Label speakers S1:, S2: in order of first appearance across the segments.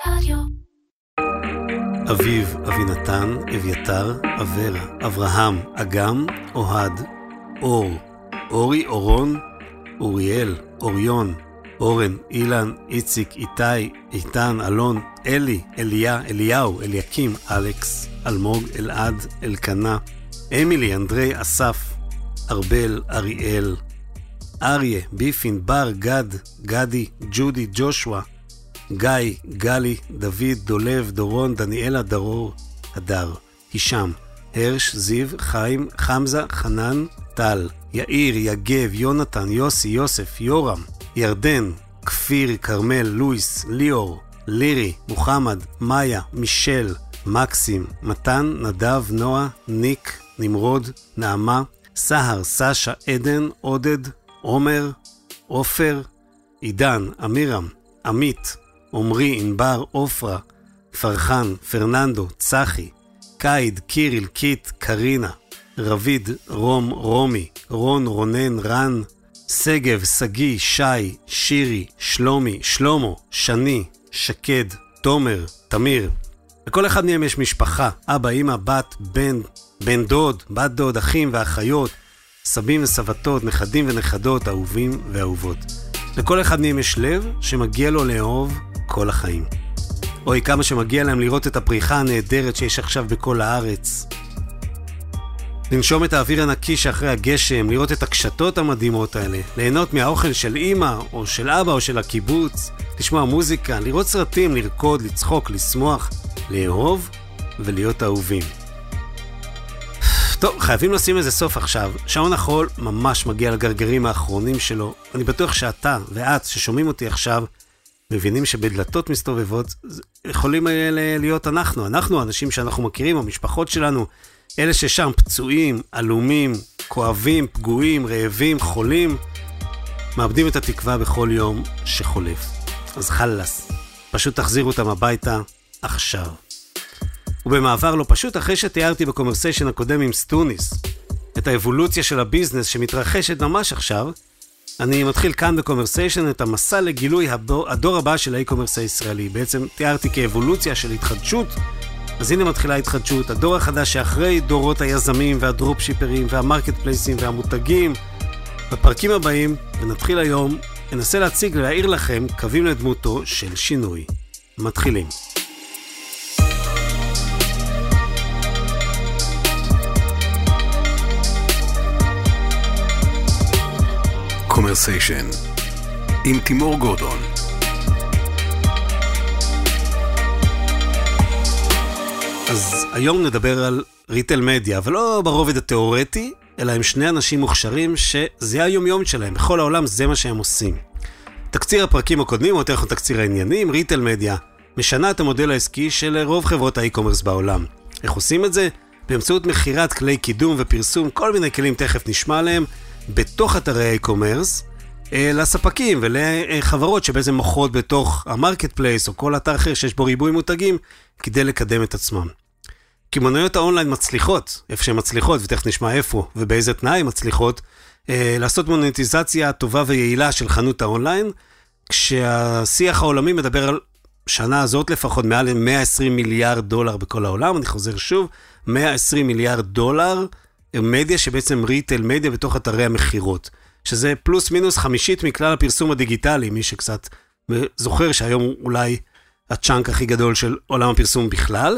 S1: רדיו.
S2: אביב, אבינתן, אביתר, אברה, אברהם, אגם, אוהד, אור, אורי, אורון, אוריאל, אוריון, אורן, אילן, איציק, איתי, איתן, אלון, אלי, אליה, אליהו, אליקים, אלכס, אלמוג, אלעד, אלקנה, אמילי, אנדרי, אסף, ארבל, אריאל, אריה, ביפין, בר, גד, גדי, ג'ודי, ג'ושוע, גיא, גלי, דוד, דולב, דורון, דניאלה, דרור, הדר, הישם, הרש, זיו, חיים, חמזה, חנן, טל, יאיר, יגב, יונתן, יוסי, יוסף, יורם, ירדן, כפיר, קרמל, לואיס, ליאור, לירי, מוחמד, מאיה, מישל, מקסים, מתן, נדב, נועה, ניק, נמרוד, נעמה, סהר, סשה, עדן, עודד, עומר, עופר, עידן, אמירם, עמית, עומרי, ענבר, אופרה, פרחן, פרננדו, צחי, קייד, קיריל, קיט, קרינה, רביד, רום, רומי, רון, רונן, רן, סגב, סגי, שי, שירי, שלומי, שלומו, שני, שקד, תומר, תמיר. לכל אחד מהם יש משפחה, אבא, אמא, בת, בן דוד, בת דוד, אחים ואחיות, סבים וסבתות, נכדים ונכדות, אהובים ואהובות. לכל אחד מהם יש לב שמגיע לו לאהוב כל החיים. אוי, כמה שמגיע להם לראות את הפריחה הנהדרת שיש עכשיו בכל הארץ. לנשום את האוויר הנקי שאחרי הגשם, לראות את הקשתות המדהימות האלה, ליהנות מהאוכל של אמא או של אבא או של הקיבוץ, לשמוע מוזיקה, לראות סרטים, לרקוד, לצחוק, לשמוח, לאהוב ולהיות אהובים. טוב, חייבים לשים איזה סוף עכשיו. שעון החול ממש מגיע לגרגרים האחרונים שלו. אני בטוח שאתה ואת ששומעים אותי עכשיו מבינים שבדלתות מסתובבות יכולים להיות אנחנו האנשים שאנחנו מכירים, המשפחות שלנו, אלה ששם פצועים, אלומים, כואבים, פגועים, רעבים, חולים, מאבדים את התקווה בכל יום שחולף. אז חלס, פשוט תחזירו אותם הביתה עכשיו. ובמעבר לא פשוט, אחרי שתיארתי בקומרסיישן הקודם עם סטוניס את האבולוציה של הביזנס שמתרחשת ממש עכשיו, אני מתחיל כאן בקומרסיישן את המסע לגילוי הדור הבא של האי-קומרס הישראלי. בעצם תיארתי כאבולוציה של התחדשות, אז הנה מתחילה התחדשות, הדור החדש שאחרי דורות היזמים והדרופשיפרים והמרקט פלייסים והמותגים. בפרקים הבאים, ונתחיל היום, אנסה להציג ולהעיר לכם קווים לדמותו של שינוי. מתחילים.
S3: קומרסיישן עם תימור גורדון.
S2: אז היום נדבר על ריטל מדיה, אבל לא ברובד התיאורטי, אלא הם שני אנשים מוכשרים שזה היום-יום שלהם, בכל העולם זה מה שהם עושים. תקציר הפרקים הקודמים, או יותר נכון תקציר העניינים, ריטל מדיה משנה את המודל העסקי של רוב חברות האי-קומרס בעולם. איך עושים את זה? באמצעות מחירת כלי קידום ופרסום, כל מיני כלים תכף נשמע עליהם, בתוך אתרי האי-קומרס, לספקים ולחברות שבעצם מוכרות בתוך המרקט פלייס או כל אתר אחר שיש בו ריבוי מותגים כדי לקדם את עצמם. קמעונאיות האונליין מצליחות, איפה שהן מצליחות, ותכף נשמע איפה ובאיזה תנאי מצליחות, לעשות מונטיזציה טובה ויעילה של חנות האונליין, כשהשיח העולמי מדבר על שנה הזאת לפחות מעל 120 מיליארד דולר בכל העולם. אני חוזר שוב, 120 מיליארד דולר מדיה שבעצם ריטל מדיה בתוך אתרי המחירות, שזה פלוס מינוס 50% מכלל הפרסום הדיגיטלי, מי שקצת זוכר שהיום אולי הצ'אנק הכי גדול של עולם הפרסום בכלל.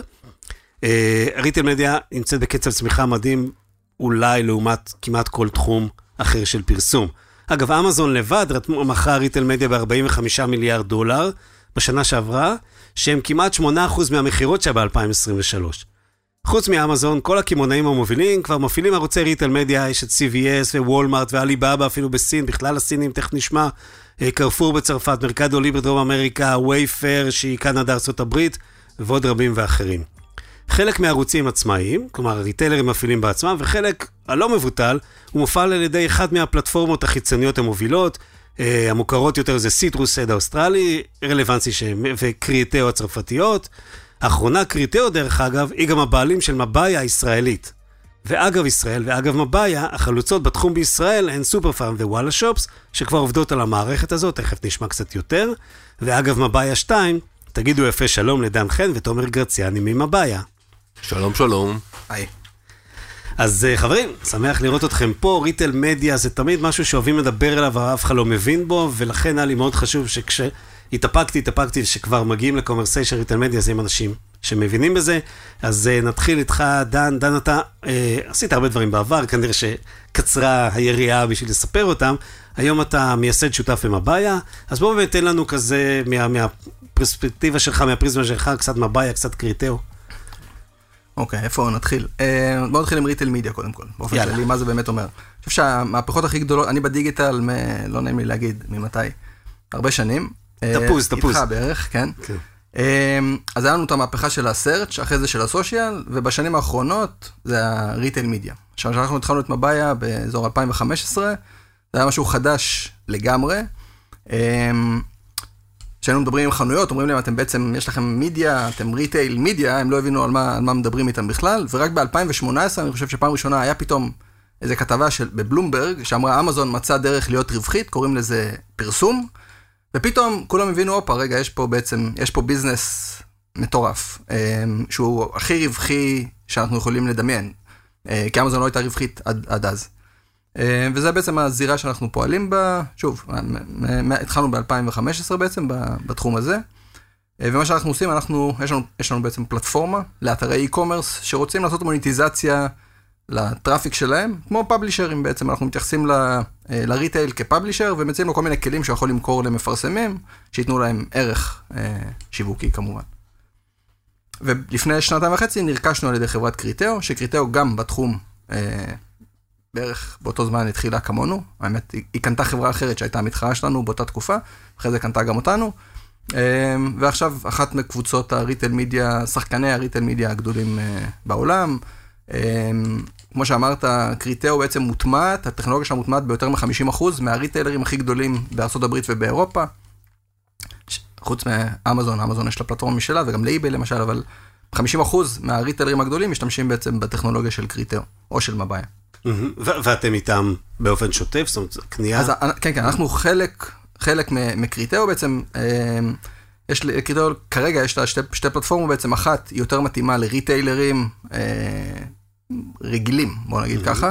S2: ריטל מדיה נמצאת בקצב צמיחה מדהים, אולי לעומת כמעט כל תחום אחר של פרסום. אגב, אמזון לבד מכרה ריטל מדיה ב-45 מיליארד דולר בשנה שעברה, שהם כמעט 8% מהמחירות שהיה ב-2023. חוץ מאמזון, כל הקמעונאים המובילים כבר מפעילים ערוצי ריטל מדיה, יש את CVS ווולמארט ואליבאבא אפילו בסין, בכלל הסינים תכף נשמע, קרפור בצרפת, מרקדו ליבר דרום אמריקה, וייפר שהיא קנדה ארצות הברית, ועוד רבים ואחרים. חלק מהערוצים עצמאיים, כלומר הריטלרים מפעילים בעצמם, וחלק הלא מבוטל הוא מופעל על ידי אחד מהפלטפורמות החיצוניות המובילות, המוכרות יותר זה סיטרוס האוסטרלי, רלוונצי וקריטאו הצרפתיות. האחרונה קריטאו דרך אגב היא גם הבעלים של מבאיה הישראלית. ואגב ישראל ואגב מבאיה, החלוצות בתחום בישראל הן סופר פארם ווואלה שופס, שכבר עובדות על המערכת הזאת, תכף נשמע קצת יותר. ואגב מבאיה 2, תגידו יפה שלום לדן חן ותומר גרציאני ממבאיה.
S3: שלום, שלום.
S1: היי.
S2: אז חברים, שמח לראות אתכם פה. ריטל מדיה זה תמיד משהו שאוהבים לדבר עליו, אף אחד לא מבין בו, ולכן היה לי מאוד חשוב התאפקתי שכבר מגיעים לקומרסיישן ריטל מדיה, זה עם אנשים שמבינים בזה. אז נתחיל איתך, דן. דן, אתה עשית הרבה דברים בעבר, כנראה שקצרה היריעה בשביל לספר אותם. היום אתה מייסד שותף במבאיה, אז בואו באמת תן לנו כזה מהפרספקטיבה שלך, מהפריזמה שלך, קצת מבאיה, קצת קריטאו.
S1: אוקיי, איפה נתחיל? בואו נתחיל עם ריטל מדיה קודם כל. באופן שלי, מה זה באמת אומר? אני חושב שהמהפכות הכי גדולות, אני בדיגיטל, לא נעים לי להגיד ממתי, הרבה שנים.
S2: תפוז.
S1: איתך בערך, כן. אז היה לנו את המהפכה של הסרצ', אחרי זה של הסושיאל, ובשנים האחרונות זה הריטל מדיה. עכשיו, כשאנחנו התחלנו את מבאיה באזור 2015, זה היה משהו חדש לגמרי. כשאנו מדברים עם חנויות, אומרים להם, אתם בעצם, יש לכם מדיה, אתם ריטייל מדיה, הם לא הבינו על מה מדברים איתם בכלל, ורק ב-2018, אני חושב שפעם ראשונה היה פתאום איזו כתבה בבלומברג, שאמרה, אמזון מצא דרך להיות רווחית, קוראים לזה פרסום, ופתאום כולם הבינו, אופה, רגע, יש פה ביזנס מטורף, שהוא הכי רווחי שאנחנו יכולים לדמיין, כי אמזון לא הייתה רווחית עד אז. וזה בעצם הזירה שאנחנו פועלים בה, שוב, התחלנו ב-2015 בעצם בתחום הזה, ומה שאנחנו עושים, יש לנו בעצם פלטפורמה לאתרי e-commerce שרוצים לעשות מוניטיזציה לטראפיק שלהם, כמו פאבלישרים בעצם, אנחנו מתייחסים לריטייל כפאבלישר, ומציעים לו כל מיני כלים שיכול למכור למפרסמים, שיתנו להם ערך שיווקי כמובן. ולפני 2.5 נרכשנו על ידי חברת קריטאו, שקריטאו גם בתחום בערך באותו זמן התחילה כמונו, האמת, היא קנתה חברה אחרת שהייתה המתחרה שלנו באותה תקופה, אחרי זה קנתה גם אותנו, ועכשיו אחת מקבוצות הריטל מדיה, שחקני הריטל מדיה הגדולים בעולם, כמו שאמרת, קריטאו בעצם מוטמעת, הטכנולוגיה שלה מוטמעת ביותר מ-50% מהריטיילרים הכי גדולים בארצות הברית ובאירופה, חוץ מאמזון, אמזון יש לה פלטפורמה משלה, וגם לאיביי למשל, אבל 50% מהריטיילרים הגדולים משתמשים בעצם בטכנולוגיה של קריטאו, או של מבאיה.
S2: ואתם איתם באופן שוטף, זאת אומרת, קנייה?
S1: כן, אנחנו חלק מקריטאו בעצם, קריטאו כרגע יש לה שתי פלטפורמות בעצם, אחת היא יותר מתאימה לריטיילרים רגילים, בוא נגיד ככה,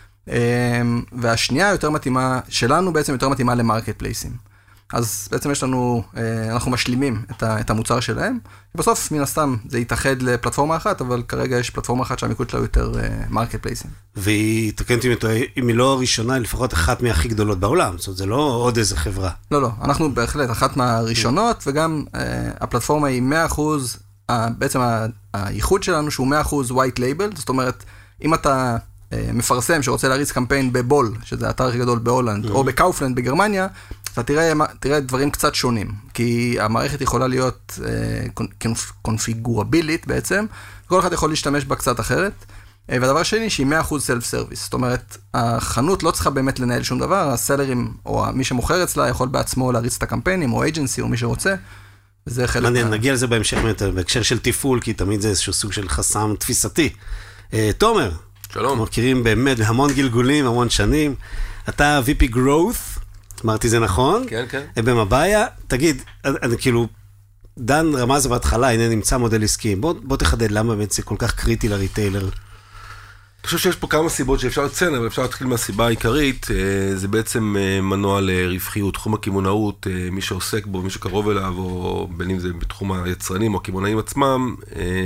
S1: והשנייה יותר מתאימה, שלנו בעצם יותר מתאימה למרקט פלייסים. אז בעצם אנחנו משלימים את המוצר שלהם, ובסוף מן הסתם זה יתאחד לפלטפורמה אחת, אבל כרגע יש פלטפורמה אחת שהמיקוד שלה יותר מרקט פלייסים.
S2: והיא, תקנתי אותו, אם היא לא הראשונה, לפחות אחת מהכי גדולות בעולם, זאת אומרת, זה לא עוד איזה חברה.
S1: לא, אנחנו בהחלט אחת מהראשונות, וגם הפלטפורמה היא 100%, בעצם הייחוד שלנו שהוא 100% white label, זאת אומרת, אם אתה מפרסם שרוצה להריץ קמפיין בבול, שזה האתר הכי גדול בהולנד, או בקאופלנד בגרמניה, אתה תראה דברים קצת שונים, כי המערכת יכולה להיות קונפיגורבילית בעצם, כל אחד יכול להשתמש בה קצת אחרת, והדבר שני שהיא 100% self-service, זאת אומרת, החנות לא צריכה באמת לנהל שום דבר, הסלרים או מי שמוכר אצלה יכול בעצמו להריץ את הקמפיינים, או agency או מי שרוצה, וזה חלק
S2: נגיע לזה בהמשך בהקשר של טיפול, כי תמיד זה איזשהו סוג של חסם תפיסתי. תומר,
S3: שלום.
S2: מכירים באמת המון גלגולים, המון שנים, אתה VP Growth, אמרתי זה נכון?
S3: כן, כן.
S2: במבאיה, תגיד, אני כאילו, דן רמז בהתחלה, הנה נמצא מודל עסקי, בוא תחדד למה באמת זה כל כך קריטי לריטיילר.
S3: אני חושב שיש פה כמה סיבות שאפשר לציין, אבל אפשר להתחיל מהסיבה העיקרית, זה בעצם מנוע לרווחיות, תחום הכימונאות, מי שעוסק בו, מי שקרוב אליו, או בין אם זה בתחום היצרנים או הכימונאים עצמם,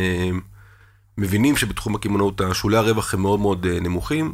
S3: מבינים שבתחום הכימונאות השולי הרווח הם מאוד מאוד נמוכים,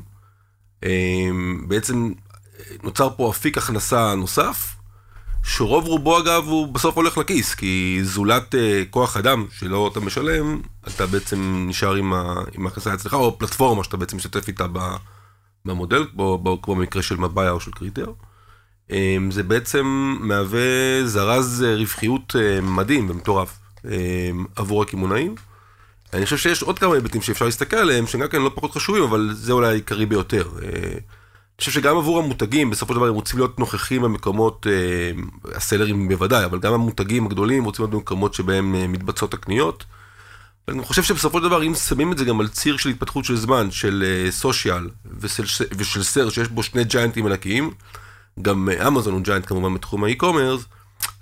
S3: בעצם נוצר פה אפיק הכנסה נוסף, שרוב רובו אגב הוא בסוף הולך לכיס, כי זולת כוח אדם שלא אתה משלם, אתה בעצם נשאר עם הכנסה אצלך, או פלטפורמה שאתה בעצם משתתף איתה במודל, כמו במקרה של מבאיה או של קריטאו. זה בעצם מהווה זרז רווחיות מדהים ומטורף עבור הכימונאים. אני חושב שיש עוד כמה היבטים שאפשר להסתכל עליהם, שגם כן לא פחות חשובים, אבל זה אולי העיקרי ביותר. אני חושב שגם עבור המותגים, בסופו של דבר הם רוצים להיות נוכחים במקומות, הסלרים בוודאי, אבל גם המותגים הגדולים רוצים להיות במקומות שבהם מתבצעות הקניות. אני חושב שבסופו של דבר, אם שמים את זה גם על ציר של התפתחות של זמן, של סושיאל ושל סר, שיש בו שני ג'יינטים ענקיים, גם אמזון הוא ג'יינט כמובן בתחום האי-קומרס,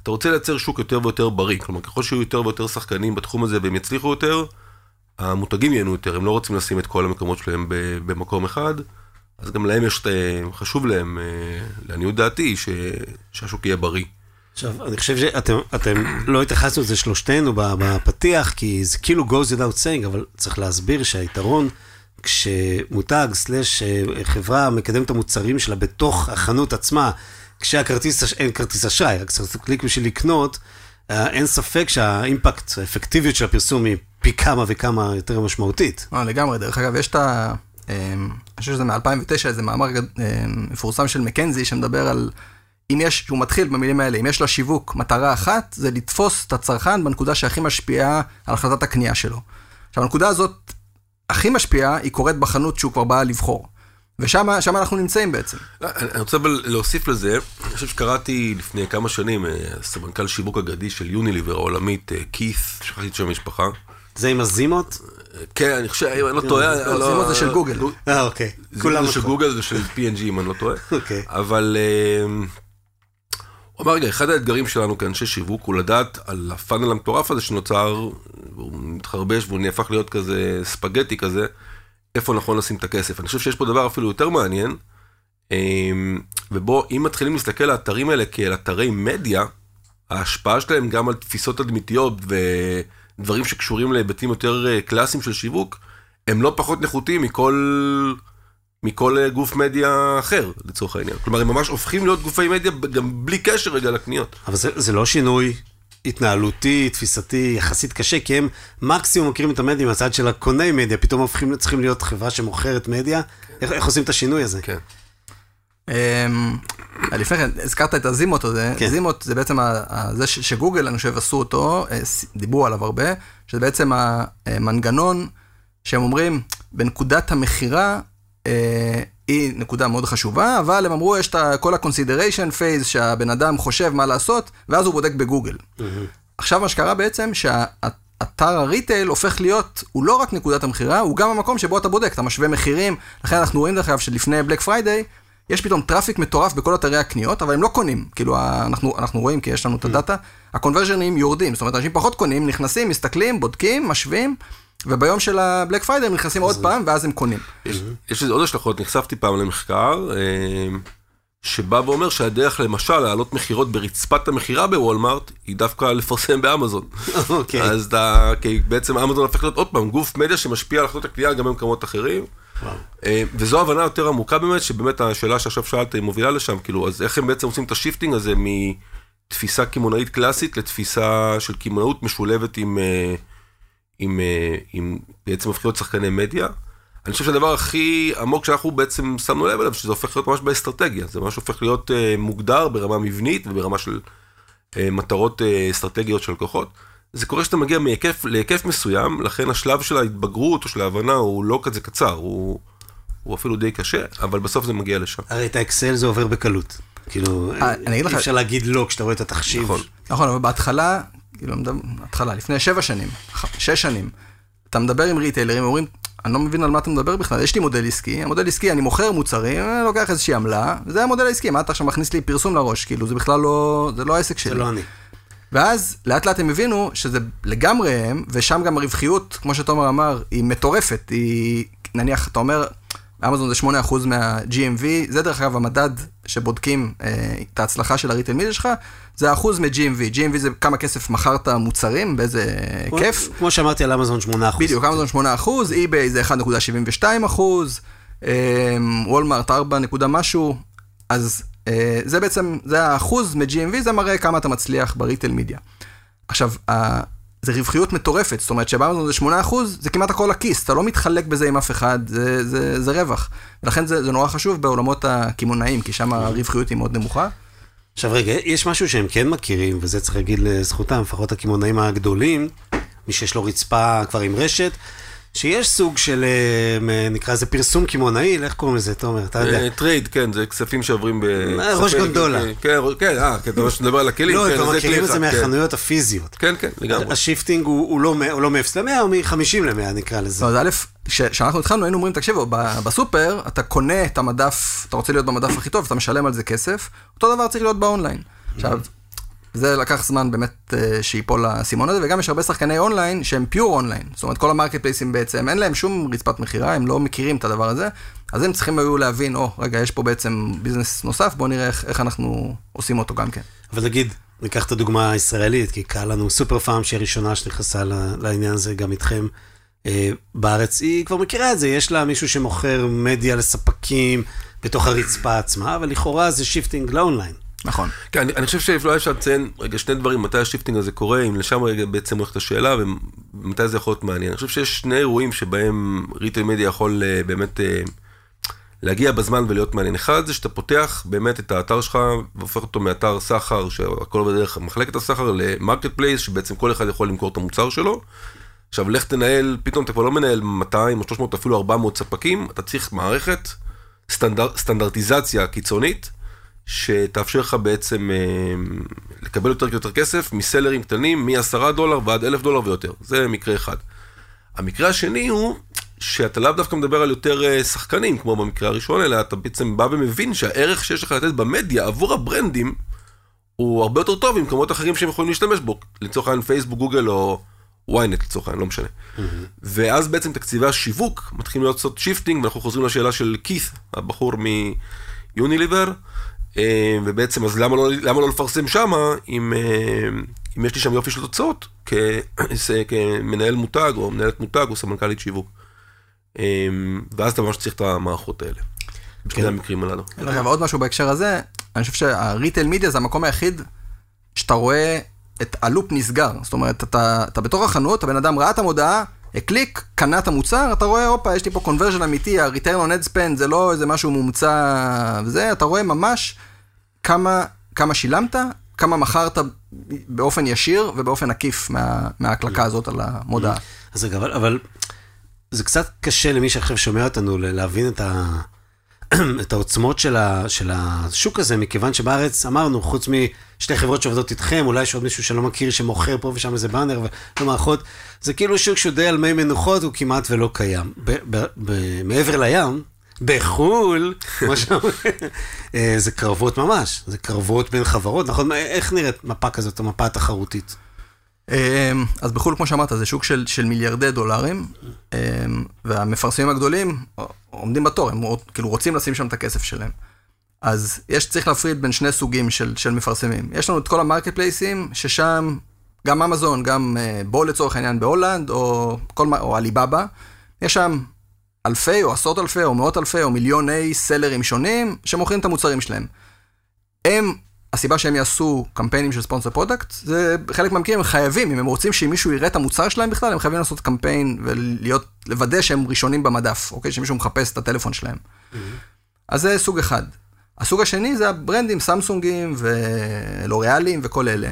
S3: אתה רוצה לייצר שוק יותר ויותר בריא, כלומר, ככל שיהיו יותר ויותר שחקנים בתחום הזה והם יצליחו יותר, המותגים ייהנו יותר, הם לא רוצים לשים את כל המקומות שלהם במקום אחד, אז גם להם חשוב להם, לעניות דעתי, שהשוק יהיה בריא.
S2: עכשיו, אני חושב שאתם לא התייחסנו לזה שלושתנו בפתיח, כי זה כאילו goes without saying, אבל צריך להסביר שהיתרון, כשמותג סלש חברה מקדם את המוצרים שלה בתוך החנות עצמה, אין כרטיס אשראי, רק צריך קליק בשביל לקנות, אין ספק שהאימפקט, האפקטיביות של הפרסום היא פי כמה וכמה יותר משמעותית.
S1: לגמרי, דרך אגב, יש את ה... אני חושב שזה מ-2009, איזה מאמר מפורסם של מקנזי, שמדבר על, שהוא מתחיל במילים האלה, אם יש לשיווק מטרה אחת, זה לתפוס את הצרכן בנקודה שהכי משפיעה על החלטת הקנייה שלו. עכשיו, הנקודה הזאת הכי משפיעה, היא קורית בחנות שהוא כבר בא לבחור. ושם אנחנו נמצאים בעצם.
S3: אני רוצה להוסיף לזה, אני חושב שקראתי לפני כמה שנים, סמנכ"ל שיווק אגדי של יוניליבר העולמית, כית' שכחתי את שם המשפחה.
S2: זה עם הזימות?
S3: כן, אני חושב, אני לא טועה.
S1: הזימות זה של גוגל.
S2: אוקיי.
S3: זימות זה של גוגל, זה של P&G, אם אני לא טועה. אבל הוא אמר, רגע, אחד האתגרים שלנו כאנשי שיווק הוא לדעת על הפאנל המטורף הזה שנוצר, והוא מתחרבש והוא נהפך להיות כזה ספגטי כזה, איפה נכון לשים את הכסף. אני חושב שיש פה דבר אפילו יותר מעניין, ובו אם מתחילים להסתכל על האתרים האלה כאל אתרי מדיה, ההשפעה שלהם גם על תפיסות אדמיתיות ודברים שקשורים להיבטים יותר קלאסיים של שיווק, הם לא פחות נחותים מכל גוף מדיה אחר, לצורך העניין. כלומר, הם ממש הופכים להיות גופי מדיה גם בלי קשר רגע לקניות.
S2: אבל זה לא שינוי התנהלותי, תפיסתי, יחסית קשה, כי הם מקסימום מכירים את המדיה מהצד של הקוני מדיה, פתאום צריכים להיות חברה שמוכרת מדיה. איך עושים את השינוי הזה?
S3: כן.
S1: לפני כן, הזכרת את הזימות הזה. זימות זה בעצם זה שגוגל, אני חושב, עשו אותו, דיברו עליו הרבה, שזה בעצם המנגנון שהם אומרים, בנקודת המחירה, היא נקודה מאוד חשובה, אבל הם אמרו, יש את כל ה-consideration phase שהבן אדם חושב מה לעשות, ואז הוא בודק בגוגל. עכשיו מה שקרה בעצם, שהאתר הריטייל הופך להיות, הוא לא רק נקודת המחירה, הוא גם המקום שבו אתה בודק, אתה משווה מחירים, לכן אנחנו רואים דרך אגב שלפני בלק פריידיי, יש פתאום טראפיק מטורף בכל אתרי הקניות, אבל הם לא קונים, כאילו אנחנו רואים, כי יש לנו את הדאטה, הקונברז'נים יורדים, זאת אומרת, אנשים פחות קונים, נכנסים, מסתכלים, בודקים, משווים, וביום של הבלק פריידיי הם נכנסים עוד פעם, ואז הם קונים.
S3: יש לזה עוד השלכות, נחשפתי פעם למחקר, שבא ואומר שהדרך למשל להעלות מחירות ברצפת המחירה בוולמארט, היא דווקא לפרסם באמזון. אז בעצם אמזון הופך להיות עוד פעם גוף מדיה שמשפיע על החלטות הקנייה גם במקומות אחרים. וזו הבנה יותר עמוקה באמת, שבאמת השאלה שעכשיו שאלת היא מובילה לשם, כאילו, אז איך הם בעצם עושים את השיפטינג הזה מתפיסה קימונאית קלאסית לתפיסה של קימונאות משולבת עם בעצם הופך להיות שחקני מדיה. אני חושב שהדבר הכי עמוק שאנחנו בעצם שמנו לב אליו, שזה הופך להיות ממש באסטרטגיה. זה ממש הופך להיות מוגדר ברמה מבנית וברמה של מטרות אסטרטגיות של לקוחות. זה קורה שאתה מגיע להיקף מסוים, לכן השלב של ההתבגרות או של ההבנה הוא לא כזה קצר, הוא אפילו די קשה, אבל בסוף זה מגיע לשם.
S2: הרי את האקסל זה עובר בקלות. כאילו, אי אפשר להגיד לא כשאתה רואה את התחשיב.
S1: נכון, אבל בהתחלה, לפני 7 שנים, 6 שנים, אתה מדבר עם ריטיילרים, אומרים, אני לא מבין על מה אתה מדבר בכלל, יש לי מודל עסקי, המודל עסקי, אני מוכר מוצרים, אני לוקח איזושהי עמלה, וזה המודל העסקי, מה אתה עכשיו מכניס לי פרסום לראש, כאילו זה בכלל לא, זה לא העסק שלי.
S2: זה לא אני.
S1: ואז לאט לאט הם הבינו שזה לגמרי הם, ושם גם הרווחיות, כמו שתומר אמר, היא מטורפת, היא, נניח, אתה אומר, אמזון זה 8% מה-GMV, זה דרך אגב המדד שבודקים את ההצלחה של הריטייל מידיה שלך, זה אחוז מ-GMV, GMV זה כמה כסף מכרת מוצרים, באיזה כיף.
S2: כמו שאמרתי על אמזון 8%.
S1: בדיוק, אמזון 8%, eBay זה 1.72%, וולמארט 4 נקודה משהו, אז זה בעצם, זה האחוז מ-GMV, זה מראה כמה אתה מצליח בריטייל מידיה. עכשיו, זה רווחיות מטורפת, זאת אומרת שבאמזון זה 8%, זה כמעט הכל הכיס, אתה לא מתחלק בזה עם אף אחד, זה רווח. ולכן זה נורא חשוב בעולמות הכימונאים, כי שם הרווחיות היא מאוד נמוכה.
S2: עכשיו רגע, יש משהו שהם כן מכירים, וזה צריך להגיד לזכותם, לפחות הכימונאים הגדולים, מי שיש לו רצפה כבר עם רשת, שיש סוג של, נקרא לזה פרסום כימונאי, איך קוראים לזה, תומר, אתה יודע?
S3: טרייד, כן, זה כספים שעוברים
S2: ראש גונדולה.
S3: כן, אתה מדבר על הכלים.
S2: לא, כבר מכירים את זה מהחנויות הפיזיות.
S3: כן, כן, לגמרי.
S2: השיפטינג הוא לא מ-0 ל-100, הוא מ-50 ל-100, נקרא לזה.
S1: אז א', כשאנחנו התחלנו, היינו אומרים, תקשיבו, בסופר, אתה קונה את המדף, אתה רוצה להיות במדף הכי טוב, אתה משלם על זה כסף, אותו דבר צריך להיות באונליין. עכשיו, זה לקח זמן באמת שיפול לסימון הזה, וגם יש הרבה שחקני אונליין שהם פיור אונליין. זאת אומרת, כל המרקט פלייסים בעצם, אין להם שום רצפת מחירה, הם לא מכירים את הדבר הזה, אז הם צריכים היו להבין, רגע, יש פה בעצם ביזנס נוסף, בואו נראה איך אנחנו עושים אותו גם כן.
S2: אבל נגיד, ניקח את הדוגמה הישראלית, כי קהל לנו סופר פארם שהיא הראשונה שנכנסה לעניין הזה גם איתכם בארץ, היא כבר מכירה את זה, יש לה מישהו שמוכר מדיה לספקים בתוך הרצפה עצמה, אבל לכאורה זה שיפטינג לאונליין.
S1: נכון.
S3: כן, אני חושב שאפשר אפשר לציין, רגע, שני דברים, מתי השיפטינג הזה קורה, אם לשם רגע בעצם הולכת השאלה, ומתי זה יכול להיות מעניין. אני חושב שיש שני אירועים שבהם ריטייל מדיה יכול באמת להגיע בזמן ולהיות מעניין. אחד זה שאתה פותח באמת את האתר שלך, והופך אותו מאתר סחר, שהכל בדרך מחלקת הסחר, למרקט פלייס, שבעצם כל אחד יכול למכור את המוצר שלו. עכשיו, לך תנהל, פתאום אתה כבר לא מנהל 200 או 300, אפילו 400 ספקים, אתה צריך מערכת, סטנדרטיזציה קיצונית, שתאפשר לך בעצם לקבל יותר כסף מסלרים קטנים, $10 ועד $1,000 ויותר. זה מקרה אחד. המקרה השני הוא שאתה לאו דווקא מדבר על יותר שחקנים, כמו במקרה הראשון, אלא אתה בעצם בא ומבין שהערך שיש לך לתת במדיה עבור הברנדים, הוא הרבה יותר טוב עם כמות אחרים שהם יכולים להשתמש בו. לצורך העניין פייסבוק, גוגל או וויינט, לצורך העניין, לא משנה. ואז בעצם תקציבי השיווק מתחילים לעשות שיפטינג, ואנחנו חוזרים לשאלה של כית', הבחור מיוניליבר, ובעצם, אז למה לא לפרסם שמה, אם יש לי שם יופי של תוצאות, כמנהל מותג, או מנהלת מותג, או סמנכ"לית שיווק. ואז אתה ממש צריך את המערכות האלה. בשני המקרים הללו.
S1: ועוד משהו בהקשר הזה, אני חושב שהריטייל מידיה זה המקום היחיד שאתה רואה את הלופ נסגר. זאת אומרת, אתה בתוך החנות, הבן אדם ראה את המודעה, הקליק, קנה את המוצר, אתה רואה, הופה, יש לי פה קונברז'ן אמיתי, ה-return on ad spend זה לא איזה משהו מומצא וזה, אתה רואה ממש כמה שילמת, כמה מכרת באופן ישיר ובאופן עקיף מההקלקה הזאת על המודעה.
S2: אז רגע, אבל זה קצת קשה למי שעכשיו שומע אותנו להבין את העוצמות של השוק הזה, מכיוון שבארץ אמרנו, חוץ משתי חברות שעובדות איתכם, אולי יש עוד מישהו שלא מכיר שמוכר פה ושם איזה באנר ולא מערכות, זה כאילו שוק שדי על מי מנוחות, הוא כמעט ולא קיים. מעבר לים, בחול, כמו שאומרים, זה קרבות ממש, זה קרבות בין חברות, נכון? איך נראית מפה כזאת, המפה התחרותית?
S1: אז בחול, כמו שאמרת, זה שוק של מיליארדי דולרים, והמפרסמים הגדולים עומדים בתור, הם כאילו רוצים לשים שם את הכסף שלהם. אז צריך להפריד בין שני סוגים של מפרסמים. יש לנו את כל המרקט פלייסים, ששם גם אמזון, גם בול לצורך העניין בהולנד, או אליבאבא, יש שם אלפי או עשרות אלפי או מאות אלפי או מיליוני סלרים שונים שמוכרים את המוצרים שלהם. הסיבה שהם יעשו קמפיינים של ספונסר פרודקט, זה חלק מהמקרים הם חייבים, אם הם רוצים שמישהו יראה את המוצר שלהם בכלל, הם חייבים לעשות קמפיין ולוודא שהם ראשונים במדף, אוקיי? שמישהו מחפש את הטלפון שלהם. אז זה סוג אחד. הסוג השני זה הברנדים, סמסונגים ולוריאלים וכל אלה,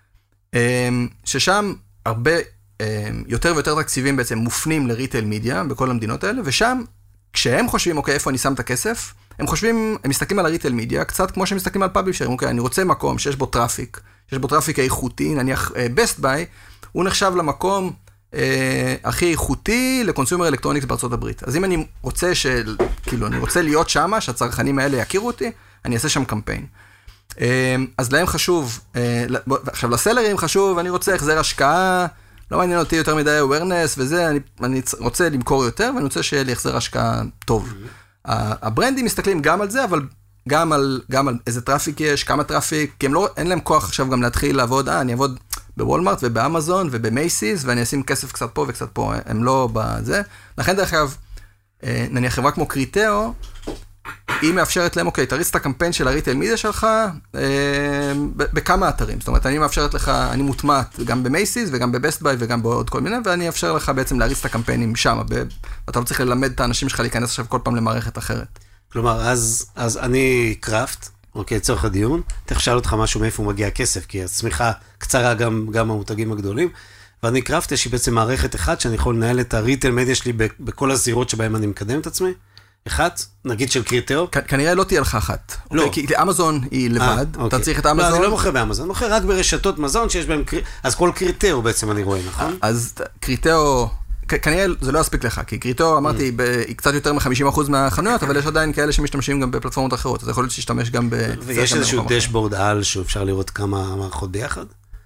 S1: ששם הרבה יותר ויותר תקציבים בעצם מופנים לריטייל מידיה בכל המדינות האלה, ושם כשהם חושבים, אוקיי, איפה אני שם את הכסף, הם מסתכלים על הריטייל מידיה, קצת כמו שהם מסתכלים על פאבלישרים, אוקיי, אני רוצה מקום שיש בו טראפיק, שיש בו טראפיק איכותי, נניח בסט ביי, הוא נחשב למקום הכי איכותי לקונסיומר אלקטרוניקס בארצות הברית. אז אם אני רוצה כאילו, אני רוצה להיות שמה, שהצרכנים האלה יכירו אותי, אני אעשה שם קמפיין. אז להם חשוב, עכשיו לסלרים חשוב, אני רוצה החזר השקעה, לא מעניין אותי יותר מדי awareness וזה, אני רוצה למכור יותר, ואני רוצה שיהיה לי החזר השקעה טוב. הברנדים מסתכלים גם על זה, אבל גם על איזה טראפיק יש, כמה טראפיק, כי אין להם כוח עכשיו גם להתחיל לעבוד, אני אעבוד בוולמארט ובאמזון ובמייסיס, ואני אשים כסף קצת פה וקצת פה, הם לא בזה. לכן דרך אגב, נניח חברה כמו קריטאו, היא מאפשרת להם, אוקיי, תריץ את הקמפיין של הריטייל מידיה שלך בכמה אתרים. זאת אומרת, אני מאפשרת לך, אני מוטמעת גם במייסיס וגם בבסט ביי וגם בעוד כל מיני, ואני אפשר לך בעצם להריץ את הקמפיינים שם, ואתה לא צריך ללמד את האנשים שלך להיכנס עכשיו כל פעם למערכת אחרת.
S2: כלומר, אז אני קראפט, אוקיי, צורך הדיון, תכף שאל אותך משהו מאיפה הוא מגיע הכסף, כי הצמיחה קצרה גם המותגים הגדולים, ואני קראפט, יש לי בעצם מערכת אחת שאני יכול לנהל את הריטייל מדיה שלי בכל הזירות שבהם אני מקדם את עצמי. אחת, נגיד של קריטאו.
S1: כנראה לא תהיה לך אחת.
S2: לא.
S1: כי אמזון היא לבד, אתה צריך את אמזון.
S2: לא, אני לא מוכר באמזון, אני מוכר רק ברשתות מזון שיש בהם, אז כל קריטאו בעצם אני רואה, נכון?
S1: אז קריטאו, כנראה זה לא יספיק לך, כי קריטו, אמרתי, היא קצת יותר מ-50% מהחנויות, אבל יש עדיין כאלה שמשתמשים גם בפלטפורמות אחרות, אז יכול להיות שישתמש גם
S2: ויש איזשהו דשבורד על שאפשר לראות כמה מערכות ביחד?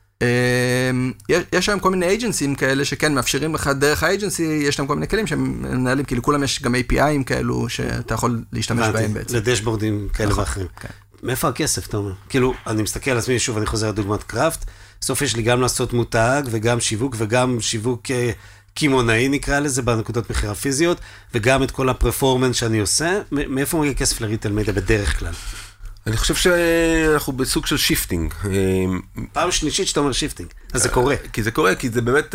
S1: יש היום כל מיני אייג'נסים כאלה שכן מאפשרים לך דרך האייג'נסי, יש להם כל מיני כלים שמנהלים, כאילו כולם יש גם API'ים כאלו שאתה יכול להשתמש בהם בעצם.
S2: לדשבורדים כאלה ואחרים. מאיפה הכסף, אתה אומר? כאילו, אני מסתכל על עצמי, שוב, אני חוזר לדוגמת קראפט, בסוף יש לי גם לעשות מותג, וגם שיווק, וגם שיווק קימונאי נקרא לזה, בנקודות מחיר הפיזיות, וגם את כל הפרפורמנס שאני עושה. מאיפה מגיע כסף לריטל מדיה בדרך כלל?
S3: אני חושב שאנחנו בסוג של שיפטינג.
S2: פעם שלישית שאתה אומר שיפטינג, אז זה קורה.
S3: כי זה קורה, כי זה באמת,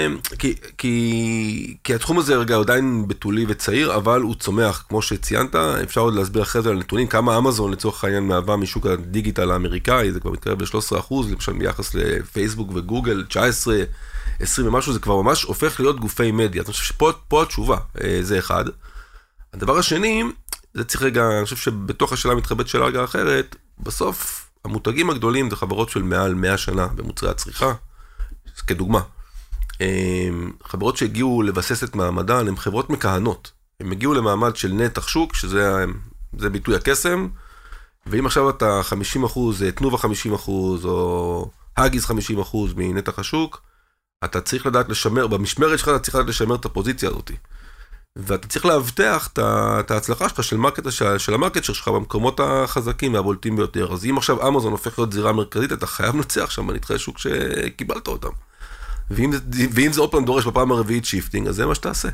S3: כי התחום הזה רגע עדיין בתולי וצעיר, אבל הוא צומח, כמו שציינת, אפשר עוד להסביר אחרי זה על נתונים, כמה אמזון לצורך העניין מהווה משוק הדיגיטל האמריקאי, זה כבר מתקרב ל-13%, למשל ביחס לפייסבוק וגוגל, 19, 20 ומשהו, זה כבר ממש הופך להיות גופי מדיה. אני חושב שפה התשובה, זה אחד. הדבר השני, זה צריך רגע, אני חושב שבתוך השאלה מתחבאת שאלה רגע אחרת, בסוף המותגים הגדולים זה חברות של מעל 100 שנה במוצרי הצריכה, כדוגמה. חברות שהגיעו לבסס את מעמדן, הן חברות מכהנות. הן הגיעו למעמד של נתח שוק, שזה ביטוי הקסם, ואם עכשיו אתה 50%, תנובה 50%, או הגיז 50% מנתח השוק, אתה צריך לדעת לשמר, במשמרת שלך אתה צריך לדעת לשמר את הפוזיציה הזאת. ואתה צריך להבטח את ההצלחה שלך של המרקט שלך במקומות החזקים והבולטים ביותר. אז אם עכשיו אמזון הופך להיות זירה מרכזית, אתה חייב לנצח שם בנתחי שוק שקיבלת אותם. ואם זה עוד פעם דורש בפעם הרביעית שיפטינג, אז זה מה שתעשה.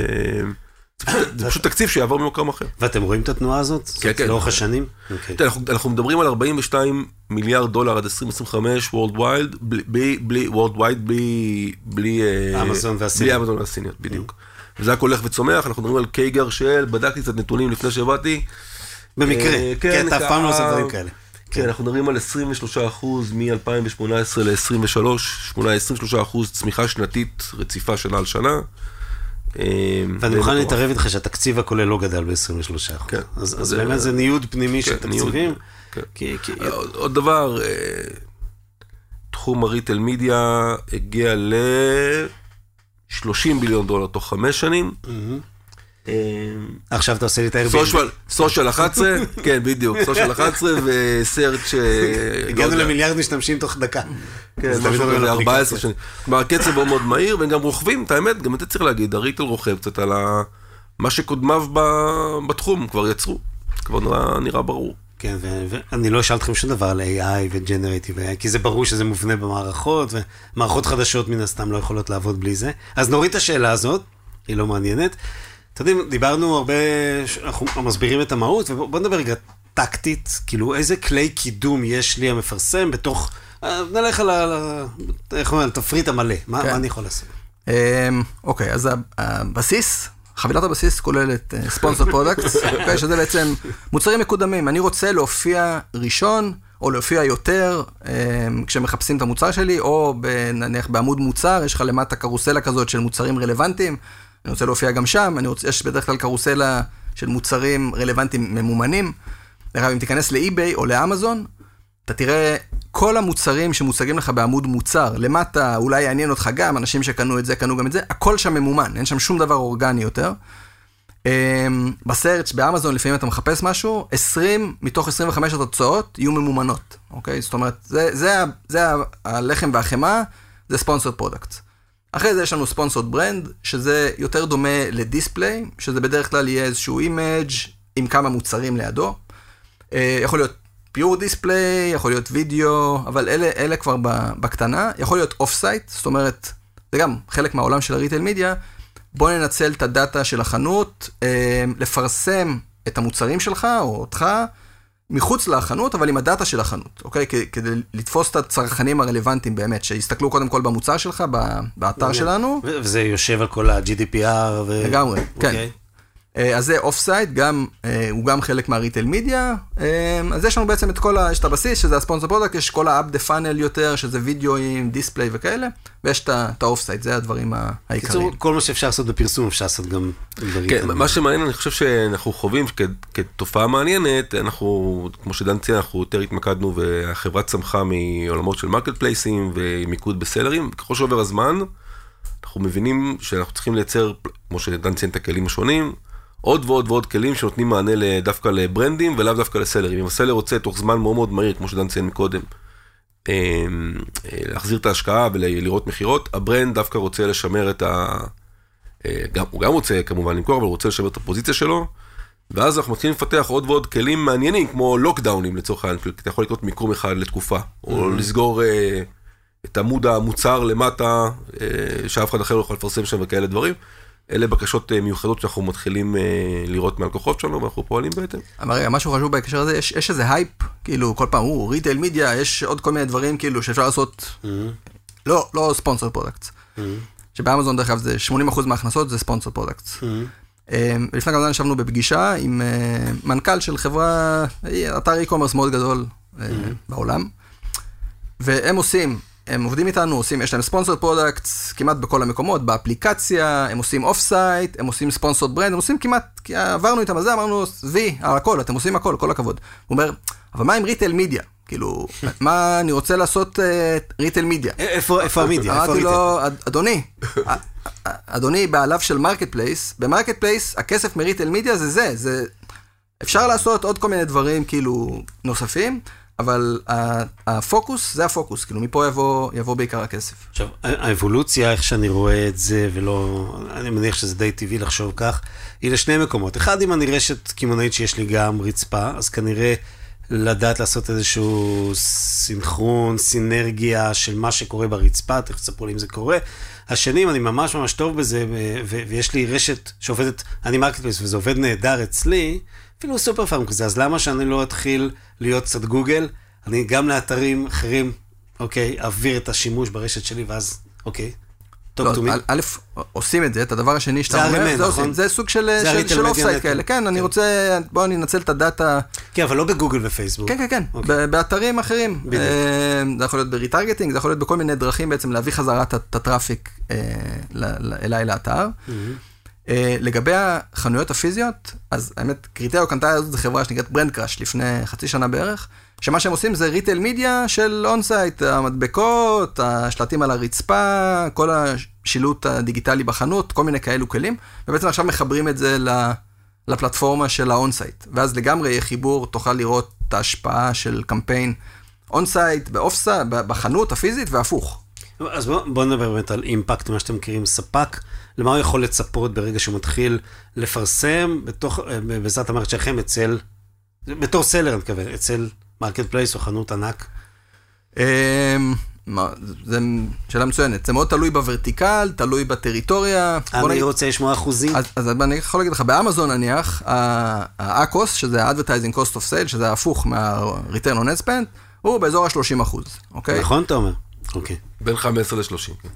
S3: זה פשוט תקציב שיעבור ממקום אחר.
S2: ואתם רואים את התנועה הזאת?
S3: כן.
S2: לאורך השנים?
S3: אנחנו מדברים על 42 מיליארד דולר עד 2025 worldwide, בלי
S2: אמזון
S3: והסיניות, בדיוק. וזה רק הולך וצומח, אנחנו מדברים על קייגר של, בדקתי קצת נתונים לפני שבאתי.
S2: במקרה, כן, אתה אף פעם לא עושה דברים כאלה.
S3: כן, אנחנו מדברים על 23% מ-2018 ל-23, 23% צמיחה שנתית רציפה שנה על שנה.
S2: ואני מוכן להתערב איתך שהתקציב הכולל לא גדל ב-23%. אז באמת זה ניוד פנימי של תקציבים.
S3: עוד דבר, תחום הריטל מדיה הגיע $30 ביליון תוך 5 שנים.
S2: עכשיו אתה עושה לי את הארביל.
S3: סושיאל 11, כן בדיוק, סושיאל 11 וסרצ'
S2: הגענו למיליארד משתמשים תוך דקה.
S3: כן, משהו כזה 14 שנים. כלומר, הקצב הוא מאוד מהיר, והם גם רוכבים, את האמת, גם אתה צריך להגיד, הריטל רוכב קצת על מה שקודמיו בתחום, כבר יצרו, כבר נראה ברור.
S2: כן, ואני לא אשאל אתכם שום דבר על AI ו-Generative AI, כי זה ברור שזה מובנה במערכות, ומערכות חדשות מן הסתם לא יכולות לעבוד בלי זה. אז נוריד את השאלה הזאת, היא לא מעניינת. אתם יודעים, דיברנו הרבה, אנחנו מסבירים את המהות, ובואו נדבר רגע טקטית, כאילו איזה כלי קידום יש לי המפרסם בתוך, נלך על תפריט המלא, מה אני יכול לעשות?
S1: אוקיי, אז הבסיס, חבילת הבסיס כוללת ספונסר פרודקטס, שזה בעצם מוצרים מקודמים. אני רוצה להופיע ראשון, או להופיע יותר, כשמחפשים את המוצר שלי, או נניח בעמוד מוצר, יש לך למטה קרוסלה כזאת של מוצרים רלוונטיים, אני רוצה להופיע גם שם, יש בדרך כלל קרוסלה של מוצרים רלוונטיים ממומנים. אם תיכנס לאי-ביי או לאמזון, אתה תראה כל המוצרים שמוצגים לך בעמוד מוצר, למטה אולי יעניין אותך גם, אנשים שקנו את זה, קנו גם את זה, הכל שם ממומן, אין שם שום דבר אורגני יותר. בסרצ' באמזון לפעמים אתה מחפש משהו, 20 מתוך 25 התוצאות יהיו ממומנות, אוקיי? זאת אומרת, זה הלחם והחמה, זה ספונסרד פרודקט. אחרי זה יש לנו ספונסרד ברנד, שזה יותר דומה לדיספליי, שזה בדרך כלל יהיה איזשהו אימג' עם כמה מוצרים לידו. יכול להיות פיור דיספליי, יכול להיות וידאו, אבל אלה כבר בקטנה. יכול להיות אוף סייט, זאת אומרת, זה גם חלק מהעולם של הריטל מדיה. בוא ננצל את הדאטה של החנות, לפרסם את המוצרים שלך או אותך, מחוץ לחנות, אבל עם הדאטה של החנות, אוקיי? כדי לתפוס את הצרכנים הרלוונטיים באמת, שיסתכלו קודם כל במוצר שלך, באתר שלנו.
S2: וזה יושב על כל ה-GDPR.
S1: לגמרי, כן. אז זה אוף סייט, הוא גם חלק מהריטל מדיה. אז יש לנו בעצם יש את הבסיס, שזה הספונסר פרודקט, יש כל ה-up the funnel יותר, שזה וידאוים, דיספליי וכאלה, ויש את האוף סייט, זה הדברים העיקריים.
S2: קיצור, כל מה שאפשר לעשות בפרסום, אפשר לעשות גם דברים.
S3: כן, מה שמעניין, אני חושב שאנחנו חווים כתופעה מעניינת, אנחנו, כמו שדן ציין, אנחנו יותר התמקדנו, והחברה צמחה מעולמות של מרקט פלייסים, ומיקוד בסלרים, ככל שעובר הזמן, אנחנו מבינים שאנחנו צריכים לייצר, כמו שדן ציין את הכלים השונים, עוד ועוד ועוד כלים שנותנים מענה דווקא לברנדים ולאו דווקא לסלרים. אם הסלר רוצה תוך זמן מאוד מאוד מהיר, כמו שדן ציין מקודם, להחזיר את ההשקעה ולראות מחירות, הברנד דווקא רוצה לשמר את הוא גם רוצה כמובן למכור, אבל הוא רוצה לשמר את הפוזיציה שלו, ואז אנחנו מתחילים לפתח עוד ועוד כלים מעניינים, כמו לוקדאונים לצורך העניין, אתה יכול לקנות מיקום אחד לתקופה, או לסגור את עמוד המוצר למטה, שאף אחד אחר לא יכול לפרסם שם וכאלה דברים. אלה בקשות מיוחדות שאנחנו מתחילים לראות מהלקוחות שלנו, ואנחנו פועלים בהתאם.
S1: אבל רגע, משהו חשוב בהקשר הזה, יש איזה הייפ, כאילו כל פעם, ריטייל מידיה, יש עוד כל מיני דברים כאילו שאפשר לעשות, לא ספונסר פרודקטס. שבאמזון דרך אגב זה 80% מההכנסות זה ספונסר פרודקטס. לפני כמה זמן ישבנו בפגישה עם מנכ"ל של חברה, אתר e-commerce מאוד גדול בעולם, והם עובדים איתנו, יש להם ספונסר פרודקטס כמעט בכל המקומות, באפליקציה, הם עושים אוף סייט, הם עושים ספונסר ברנד, הם עושים כמעט, כי עברנו איתם על זה, אמרנו, על הכל, אתם עושים הכל, כל הכבוד. הוא אומר, אבל מה עם ריטייל מידיה? כאילו, מה אני רוצה לעשות ריטייל מידיה?
S2: איפה המידיה?
S1: אמרתי לו, אדוני, בעליו של מרקט פלייס, במרקט פלייס, הכסף מריטייל מידיה זה אפשר לעשות עוד כל מיני דברים כאילו נוספים, אבל הפוקוס, זה הפוקוס, כאילו מפה יבוא בעיקר הכסף.
S2: עכשיו, האבולוציה, איך שאני רואה את זה, ולא, אני מניח שזה די טבעי לחשוב כך, היא לשני מקומות. אחד, אם אני רשת כימונאית שיש לי גם רצפה, אז כנראה לדעת לעשות איזשהו סינכרון, סינרגיה של מה שקורה ברצפה, תספרו לי אם זה קורה. השני, אם אני ממש ממש טוב בזה, ויש לי רשת שעובדת, אני מרקט פלייס, וזה עובד נהדר אצלי, אפילו סופר פארם כזה, אז למה שאני לא אתחיל להיות קצת גוגל? אני גם לאתרים אחרים, אוקיי, אעביר את השימוש ברשת שלי, ואז, אוקיי, טוב תומי.
S1: א', עושים את זה, את הדבר השני שאתה אומר, זה סוג של אוף-סייט כאלה, כן, אני רוצה, בואו אני אנצל את הדאטה.
S2: כן, אבל לא בגוגל ופייסבוק.
S1: כן, כן, כן, באתרים אחרים. זה יכול להיות בריטרגטינג, זה יכול להיות בכל מיני דרכים בעצם להביא חזרה את הטראפיק אליי לאתר. לגבי החנויות הפיזיות, אז האמת, קריטריו קנתה הזאת זה חברה שנקראת ברנד קראש, לפני חצי שנה בערך, שמה שהם עושים זה ריטייל מידיה של אונסייט, המדבקות, השלטים על הרצפה, כל השילוט הדיגיטלי בחנות, כל מיני כאלו כלים, ובעצם עכשיו מחברים את זה לפלטפורמה של האונסייט, ואז לגמרי יהיה חיבור, תוכל לראות את ההשפעה של קמפיין אונסייט, בחנות הפיזית והפוך.
S2: אז בואו נדבר באמת על אימפקט, מה שאתם מכירים ספק, למה הוא יכול לצפות ברגע שהוא מתחיל לפרסם, בעזרת המערכת שלכם בתור סלר אני מתכוון, אצל מרקט פלייס או חנות ענק?
S1: זה שאלה מצוינת, זה מאוד תלוי בוורטיקל, תלוי בטריטוריה.
S2: אני רוצה לשמוע אחוזים.
S1: אז אני יכול להגיד לך, באמזון נניח, האקוס, שזה ה-Advertising Cost of Sale, שזה הפוך מה-Return on Ad Spend, הוא באזור ה-30%, אוקיי?
S2: נכון, אתה אומר? אוקיי.
S3: בין 15 ל-30.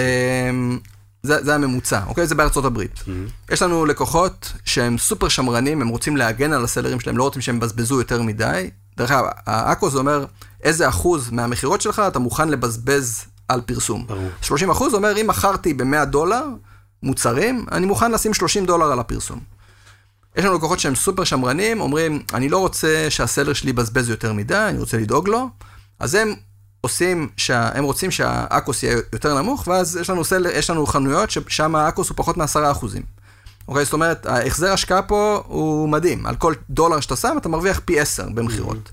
S1: זה הממוצע, אוקיי? זה בארצות הברית. יש לנו לקוחות שהם סופר שמרנים, הם רוצים להגן על הסלרים שלהם, לא רוצים שהם בזבזו יותר מדי. דרך אגב, האקוס זה אומר, איזה אחוז מהמחירות שלך אתה מוכן לבזבז על פרסום. 30% אומר, אם מכרתי ב$100 מוצרים, אני מוכן לשים $30 על הפרסום. יש לנו לקוחות שהם סופר שמרנים, אומרים, אני לא רוצה שהסלר שלי בזבז יותר מדי, אני רוצה לדאוג לו. אז הם רוצים שהאקוס יהיה יותר נמוך, ואז יש לנו חנויות ששם האקוס הוא פחות מ10%. אוקיי, זאת אומרת, ההחזר השקעה פה הוא מדהים. על כל $1 שאתה שם, אתה מרוויח פי 10 במחירות.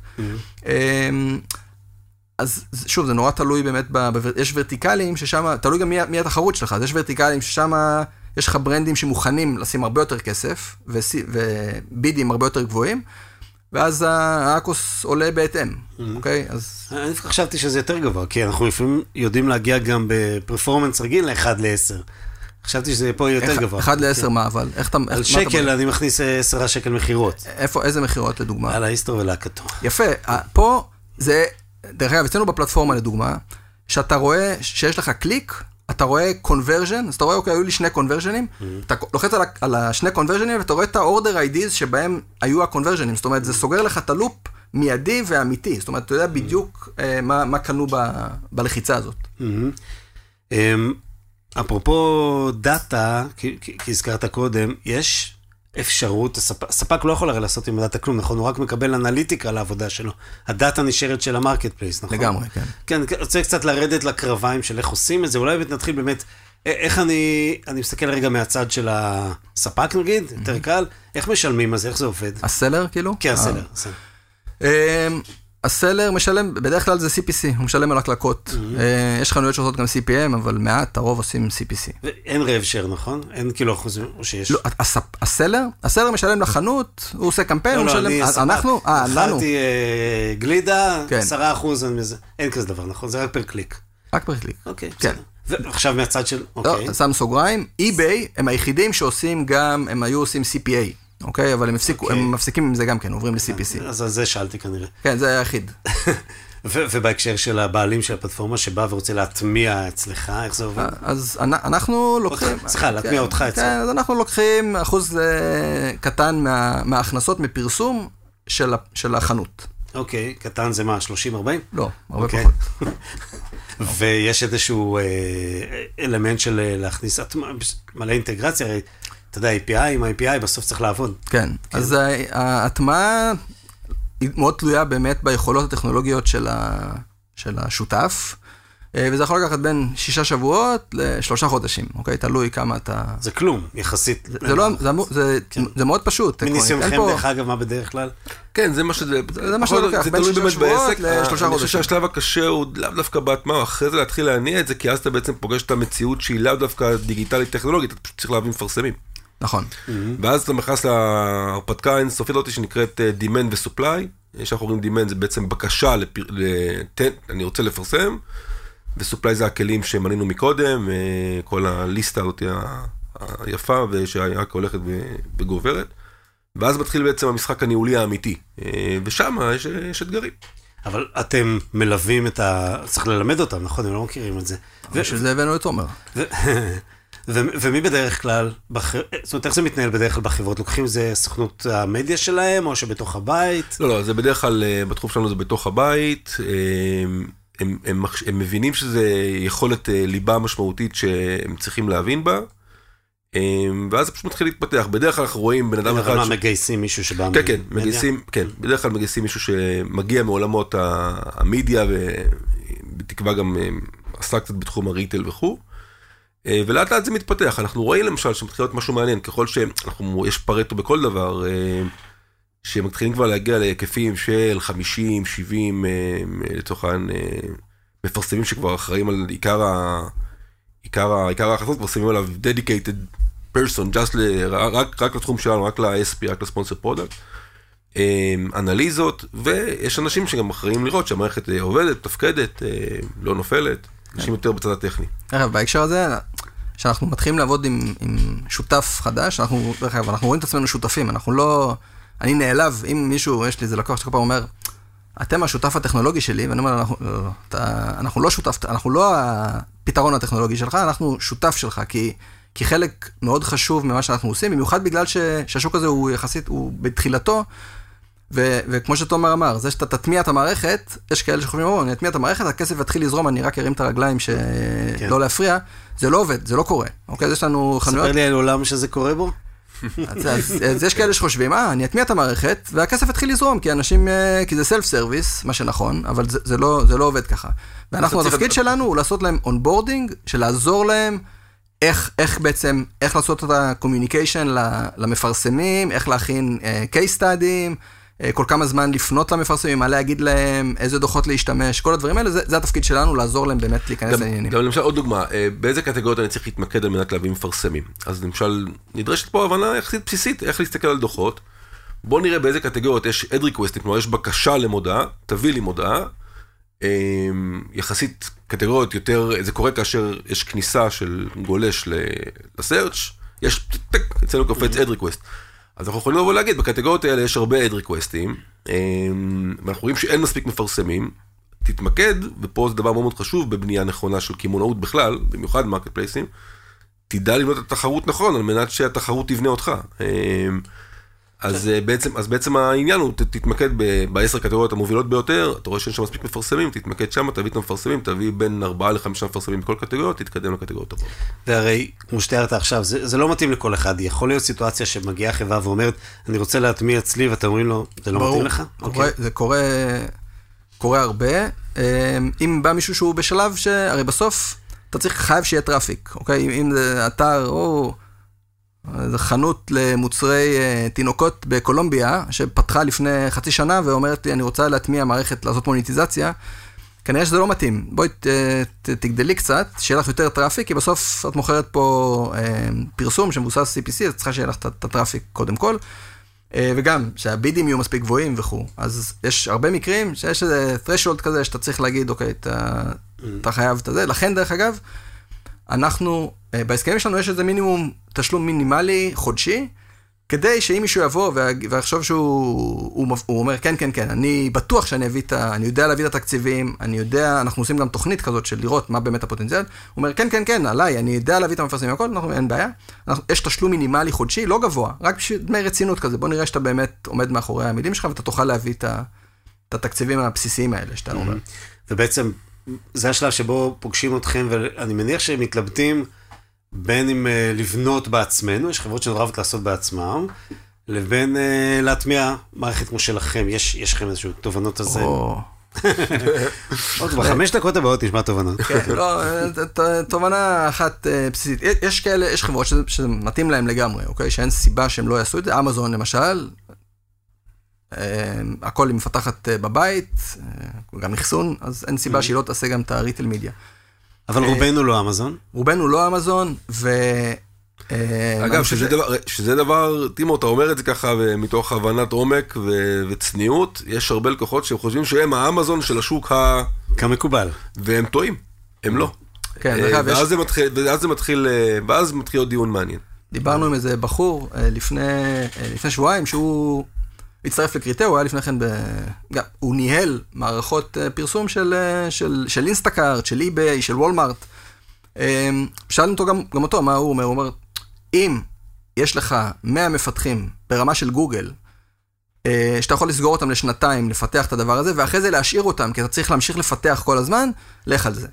S1: אז שוב, זה נורא תלוי באמת, יש ורטיקלים ששם, תלוי גם מי התחרות שלך, אז יש ורטיקלים ששם יש לך ברנדים שמוכנים לשים הרבה יותר כסף, ובידים הרבה יותר גבוהים, ואז האקוס עולה בהתאם, אוקיי?
S2: אני חשבתי שזה יותר גבוה, כי אנחנו לפעמים יודעים להגיע גם בפרפורמנס רגיל ל-1-10. חשבתי שזה פה יותר גבוה.
S1: 1-10 מה, אבל?
S2: על שקל אני מכניס 10 שקל מחירות.
S1: איזה מחירות לדוגמה?
S2: על ההיסטור ולהקתו.
S1: יפה, פה זה, דרך אגב, אצלנו בפלטפורמה לדוגמה, שאתה רואה שיש לך קליק, אתה רואה קונברז'ן, אז אתה רואה, אוקיי, היו לי 2 קונברז'נים, אתה לוחץ על השני קונברז'נים, ואתה רואה את האורדר איי-דיז שבהם היו הקונברז'נים, זאת אומרת, זה סוגר לך את הלופ מיידי ואמיתי, זאת אומרת, אתה יודע בדיוק מה קנו בלחיצה הזאת.
S2: אפרופו דאטה, כי הזכרת קודם, יש אפשרות, הספק לא יכול הרי לעשות עם הדאטה כלום, נכון? הוא רק מקבל אנליטיקה לעבודה שלו. הדאטה נשארת של המרקט פלייס, נכון?
S1: לגמרי, כן.
S2: כן, אני רוצה קצת לרדת לקרביים של איך עושים את זה, אולי נתחיל באמת איך אני מסתכל רגע מהצד של הספק נגיד, יותר קל, איך משלמים על זה, איך זה עובד?
S1: הסלר כאילו?
S2: כן, הסלר.
S1: הסלר משלם, בדרך כלל זה CPC, הוא משלם על הקלקות. יש חנויות שעושות גם CPM, אבל מעט, הרוב עושים CPC.
S2: ואין רב שר, נכון? אין כאילו אחוזים, או שיש?
S1: לא, הסלר משלם לחנות, הוא עושה קמפיין, הוא משלם, אנחנו, לנו.
S2: אכלתי גלידה, 10%, אין כזה דבר, נכון? זה רק פר קליק.
S1: רק פר קליק.
S2: אוקיי, בסדר. ועכשיו מהצד של,
S1: אוקיי. לא, שם סוגריים, eBay הם היחידים שעושים גם, הם היו עושים CPA. אוקיי, אבל הם מפסיקים עם זה גם כן, עוברים ל-CPC.
S2: אז על זה שאלתי כנראה.
S1: כן, זה היחיד.
S2: ובהקשר של הבעלים של הפלטפורמה שבא ורוצה להטמיע אצלך, איך זה עובד?
S1: אז אנחנו לוקחים...
S2: סליחה, להטמיע אותך אצלך.
S1: כן, אז אנחנו לוקחים אחוז קטן מההכנסות מפרסום של החנות.
S2: אוקיי, קטן זה מה, 30-40?
S1: לא, הרבה פחות.
S2: ויש איזשהו אלמנט של להכניס מלא אינטגרציה, הרי אתה יודע, API עם API בסוף צריך לעבוד.
S1: כן, אז ההטמעה היא מאוד תלויה באמת ביכולות הטכנולוגיות של השותף, וזה יכול לקחת בין 6 שבועות ל3 חודשים, אוקיי? תלוי כמה אתה...
S2: זה כלום, יחסית.
S1: זה מאוד פשוט.
S2: מניסיונכם דרך אגב, מה בדרך כלל?
S3: כן, זה מה שזה...
S1: זה מה שלוקח, בין 6 שבועות ל3 חודשים.
S3: אני חושב שהשלב הקשה הוא לאו דווקא בהטמעה, אחרי זה להתחיל להניע את זה, כי אז אתה בעצם פוגש את המציאות שהיא לאו דווקא דיגיטלית טכנולוגית, אתה פשוט צריך להביא מפרסמים.
S1: נכון.
S3: ואז אתה מכנס להרפתקה אינסופית אותי שנקראת demand ו-supply, שאנחנו רואים demand זה בעצם בקשה, אני רוצה לפרסם, ו-supply זה הכלים שמנינו מקודם, כל הליסטה הזאת היפה, ושהרק הולכת וגוברת, ואז מתחיל בעצם המשחק הניהולי האמיתי, ושם יש אתגרים. אבל
S2: אתם מלווים צריך ללמד אותם, נכון? הם לא מכירים את זה.
S1: בשביל זה הבאנו את עומר.
S2: ומי בדרך כלל, זאת אומרת, איך זה מתנהל בדרך כלל בחברות? לוקחים זה סוכנות המדיה שלהם, או שבתוך הבית?
S3: לא, זה בדרך כלל, בתחום שלנו זה בתוך הבית, הם מבינים שזה יכולת ליבה משמעותית שהם צריכים להבין בה, ואז זה פשוט מתחיל להתפתח. בדרך כלל אנחנו רואים בן אדם אחד...
S2: מגייסים מישהו שבא ממדיה?
S3: כן, בדרך כלל מגייסים מישהו שמגיע מעולמות המדיה, ובתקווה גם עשה קצת בתחום הריטל וכו'. ולאט לאט זה מתפתח. אנחנו רואים למשל שמתחיל להיות משהו מעניין, ככל שיש פרטו בכל דבר, שמתחילים כבר להגיע להיקפים של 50, 70, לצורכן מפרסמים שכבר אחראים על עיקר ההכנסות, כבר שמים עליו dedicated person, רק לתחום שלנו, רק ל-SP, רק לספונסר פרודקט, אנליזות, ויש אנשים שגם אחראים לראות שהמערכת עובדת, תפקדת, לא נופלת, אנשים יותר בצד הטכני.
S1: בהקשר הזה, שאנחנו מתחילים לעבוד עם שותף חדש, אנחנו רואים את עצמנו שותפים, אנחנו לא... אני נעלב, אם מישהו, יש לי איזה לקוח שכל פעם אומר, אתם השותף הטכנולוגי שלי, ואני אומר, אנחנו לא שותף, אנחנו לא הפתרון הטכנולוגי שלך, אנחנו שותף שלך, כי חלק מאוד חשוב ממה שאנחנו עושים, במיוחד בגלל שהשוק הזה הוא יחסית, הוא בתחילתו, וכמו שתומר אמר, זה שאתה תטמיע את המערכת, יש כאלה שחושבים, אני אטמיע את המערכת, הכסף יתחיל לזרום, אני רק ארים את הרגליים שלא להפריע, זה לא עובד, זה לא קורה. אוקיי, יש לנו חנויות...
S2: ספר לי על עולם שזה קורה בו.
S1: אז יש כאלה שחושבים, אני אטמיע את המערכת, והכסף יתחיל לזרום, כי זה סלף סרוויס, מה שנכון, אבל זה לא עובד ככה. ואנחנו, התפקיד שלנו הוא לעשות להם אונבורדינג, של לעזור להם, איך לעשות את הקומיוניקיישן למפרסמים, איך להכין case study'ים, כל כמה זמן לפנות למפרסמים, מה להגיד להם, איזה דוחות להשתמש, כל הדברים האלה, זה התפקיד שלנו, לעזור להם באמת להיכנס לעניינים.
S3: גם למשל, עוד דוגמה, באיזה קטגוריות אני צריך להתמקד על מנת להביא מפרסמים? אז למשל, נדרשת פה הבנה יחסית בסיסית, איך להסתכל על דוחות. בוא נראה באיזה קטגוריות יש ad request, כלומר יש בקשה למודעה, תביא לי מודעה, יחסית קטגוריות יותר, זה קורה כאשר יש כניסה של גולש לסרצ', יש, אצלנו קופץ ad request. אז אנחנו יכולים לבוא להגיד, בקטגוריות האלה יש הרבה ad request'ים, ואנחנו רואים שאין מספיק מפרסמים, תתמקד, ופה זה דבר מאוד מאוד חשוב, בבנייה נכונה של כימונאות בכלל, במיוחד מרקט פלייסים, תדע לבנות את התחרות נכון, על מנת שהתחרות תבנה אותך. אז בעצם העניין הוא, תתמקד ב10 קטגוריות המובילות ביותר, אתה רואה שאין שם מספיק מפרסמים, תתמקד שם, תביא את המפרסמים, תביא בין 4 ל5 מפרסמים בכל קטגוריות, תתקדם לקטגוריות הבאות.
S2: והרי, כמו שתיארת עכשיו, זה לא מתאים לכל אחד, יכול להיות סיטואציה שמגיעה חברה ואומרת, אני רוצה להטמיע אצלי, ואתם אומרים לו, זה לא מתאים לך?
S1: זה קורה הרבה, אם בא מישהו שהוא בשלב, הרי בסוף, אתה צריך, חייב שיהיה טראפיק, אוקיי? אם זה אתר או זה חנות למוצרי תינוקות בקולומביה, שפתחה לפני חצי שנה ואומרת לי, אני רוצה להטמיע מערכת לעשות מוניטיזציה, כנראה שזה לא מתאים. בואי תגדלי קצת, שיהיה לך יותר טראפיק, כי בסוף את מוכרת פה פרסום שמבוסס CPC, אז צריכה שיהיה לך את הטראפיק קודם כל, וגם שהבידים יהיו מספיק גבוהים וכו'. אז יש הרבה מקרים שיש איזה threshold כזה, שאתה צריך להגיד, אוקיי, אתה חייב את זה. לכן, דרך אגב, אנחנו, בהסכמים שלנו יש איזה מינימום, תשלום מינימלי חודשי, כדי שאם מישהו יבוא ויחשוב שהוא אומר, כן, כן, כן, אני בטוח שאני אני יודע להביא את התקציבים, אני יודע, אנחנו עושים גם תוכנית כזאת של לראות מה באמת הפוטנציאל, הוא אומר, כן, כן, כן, עליי, אני יודע להביא את המפרסמים הכל, אין בעיה. יש תשלום מינימלי חודשי, לא גבוה, רק דמי רצינות כזה, בוא נראה שאתה באמת עומד מאחורי המילים שלך, ואתה תוכל להביא את התקציבים הבסיסיים האלה שאתה אומר.
S2: ובעצם, זה השלב שבו פוגשים אתכם, ואני מניח שהם מתלבטים בין אם לבנות בעצמנו, יש חברות שנורבות לעשות בעצמם, לבין להטמיע מערכת כמו שלכם. יש לכם איזשהו תובנות הזה? ב5 דקות הבאות נשמע תובנות.
S1: לא, תובנה אחת בסיסית. יש כאלה, יש חברות שמתאים להם לגמרי, אוקיי? שאין סיבה שהם לא יעשו את זה. אמזון למשל, הכל היא מפתחת בבית, גם אחסון, אז אין סיבה שהיא לא תעשה גם את הריטל מידיה.
S2: אבל רובנו לא אמזון.
S1: רובנו לא אמזון,
S3: אגב, שזה דבר, טימו, אתה אומר את זה ככה, מתוך הבנת עומק וצניעות, יש הרבה לקוחות שהם חושבים שהם האמזון של השוק
S2: כמקובל.
S3: והם טועים, הם לא. ואז מתחיל עוד דיון מעניין.
S1: דיברנו עם איזה בחור לפני שבועיים, שהוא הצטרף לקריטה, הוא היה לפני כן, הוא ניהל מערכות פרסום של אינסטקארט, של eBay, של וולמארט. שאלנו אותו גם אותו, מה הוא אומר? הוא אומר, אם יש לך 100 מפתחים ברמה של גוגל, שאתה יכול לסגור אותם לשנתיים, לפתח את הדבר הזה, ואחרי זה להשאיר אותם, כי אתה צריך להמשיך לפתח כל הזמן, לך על זה.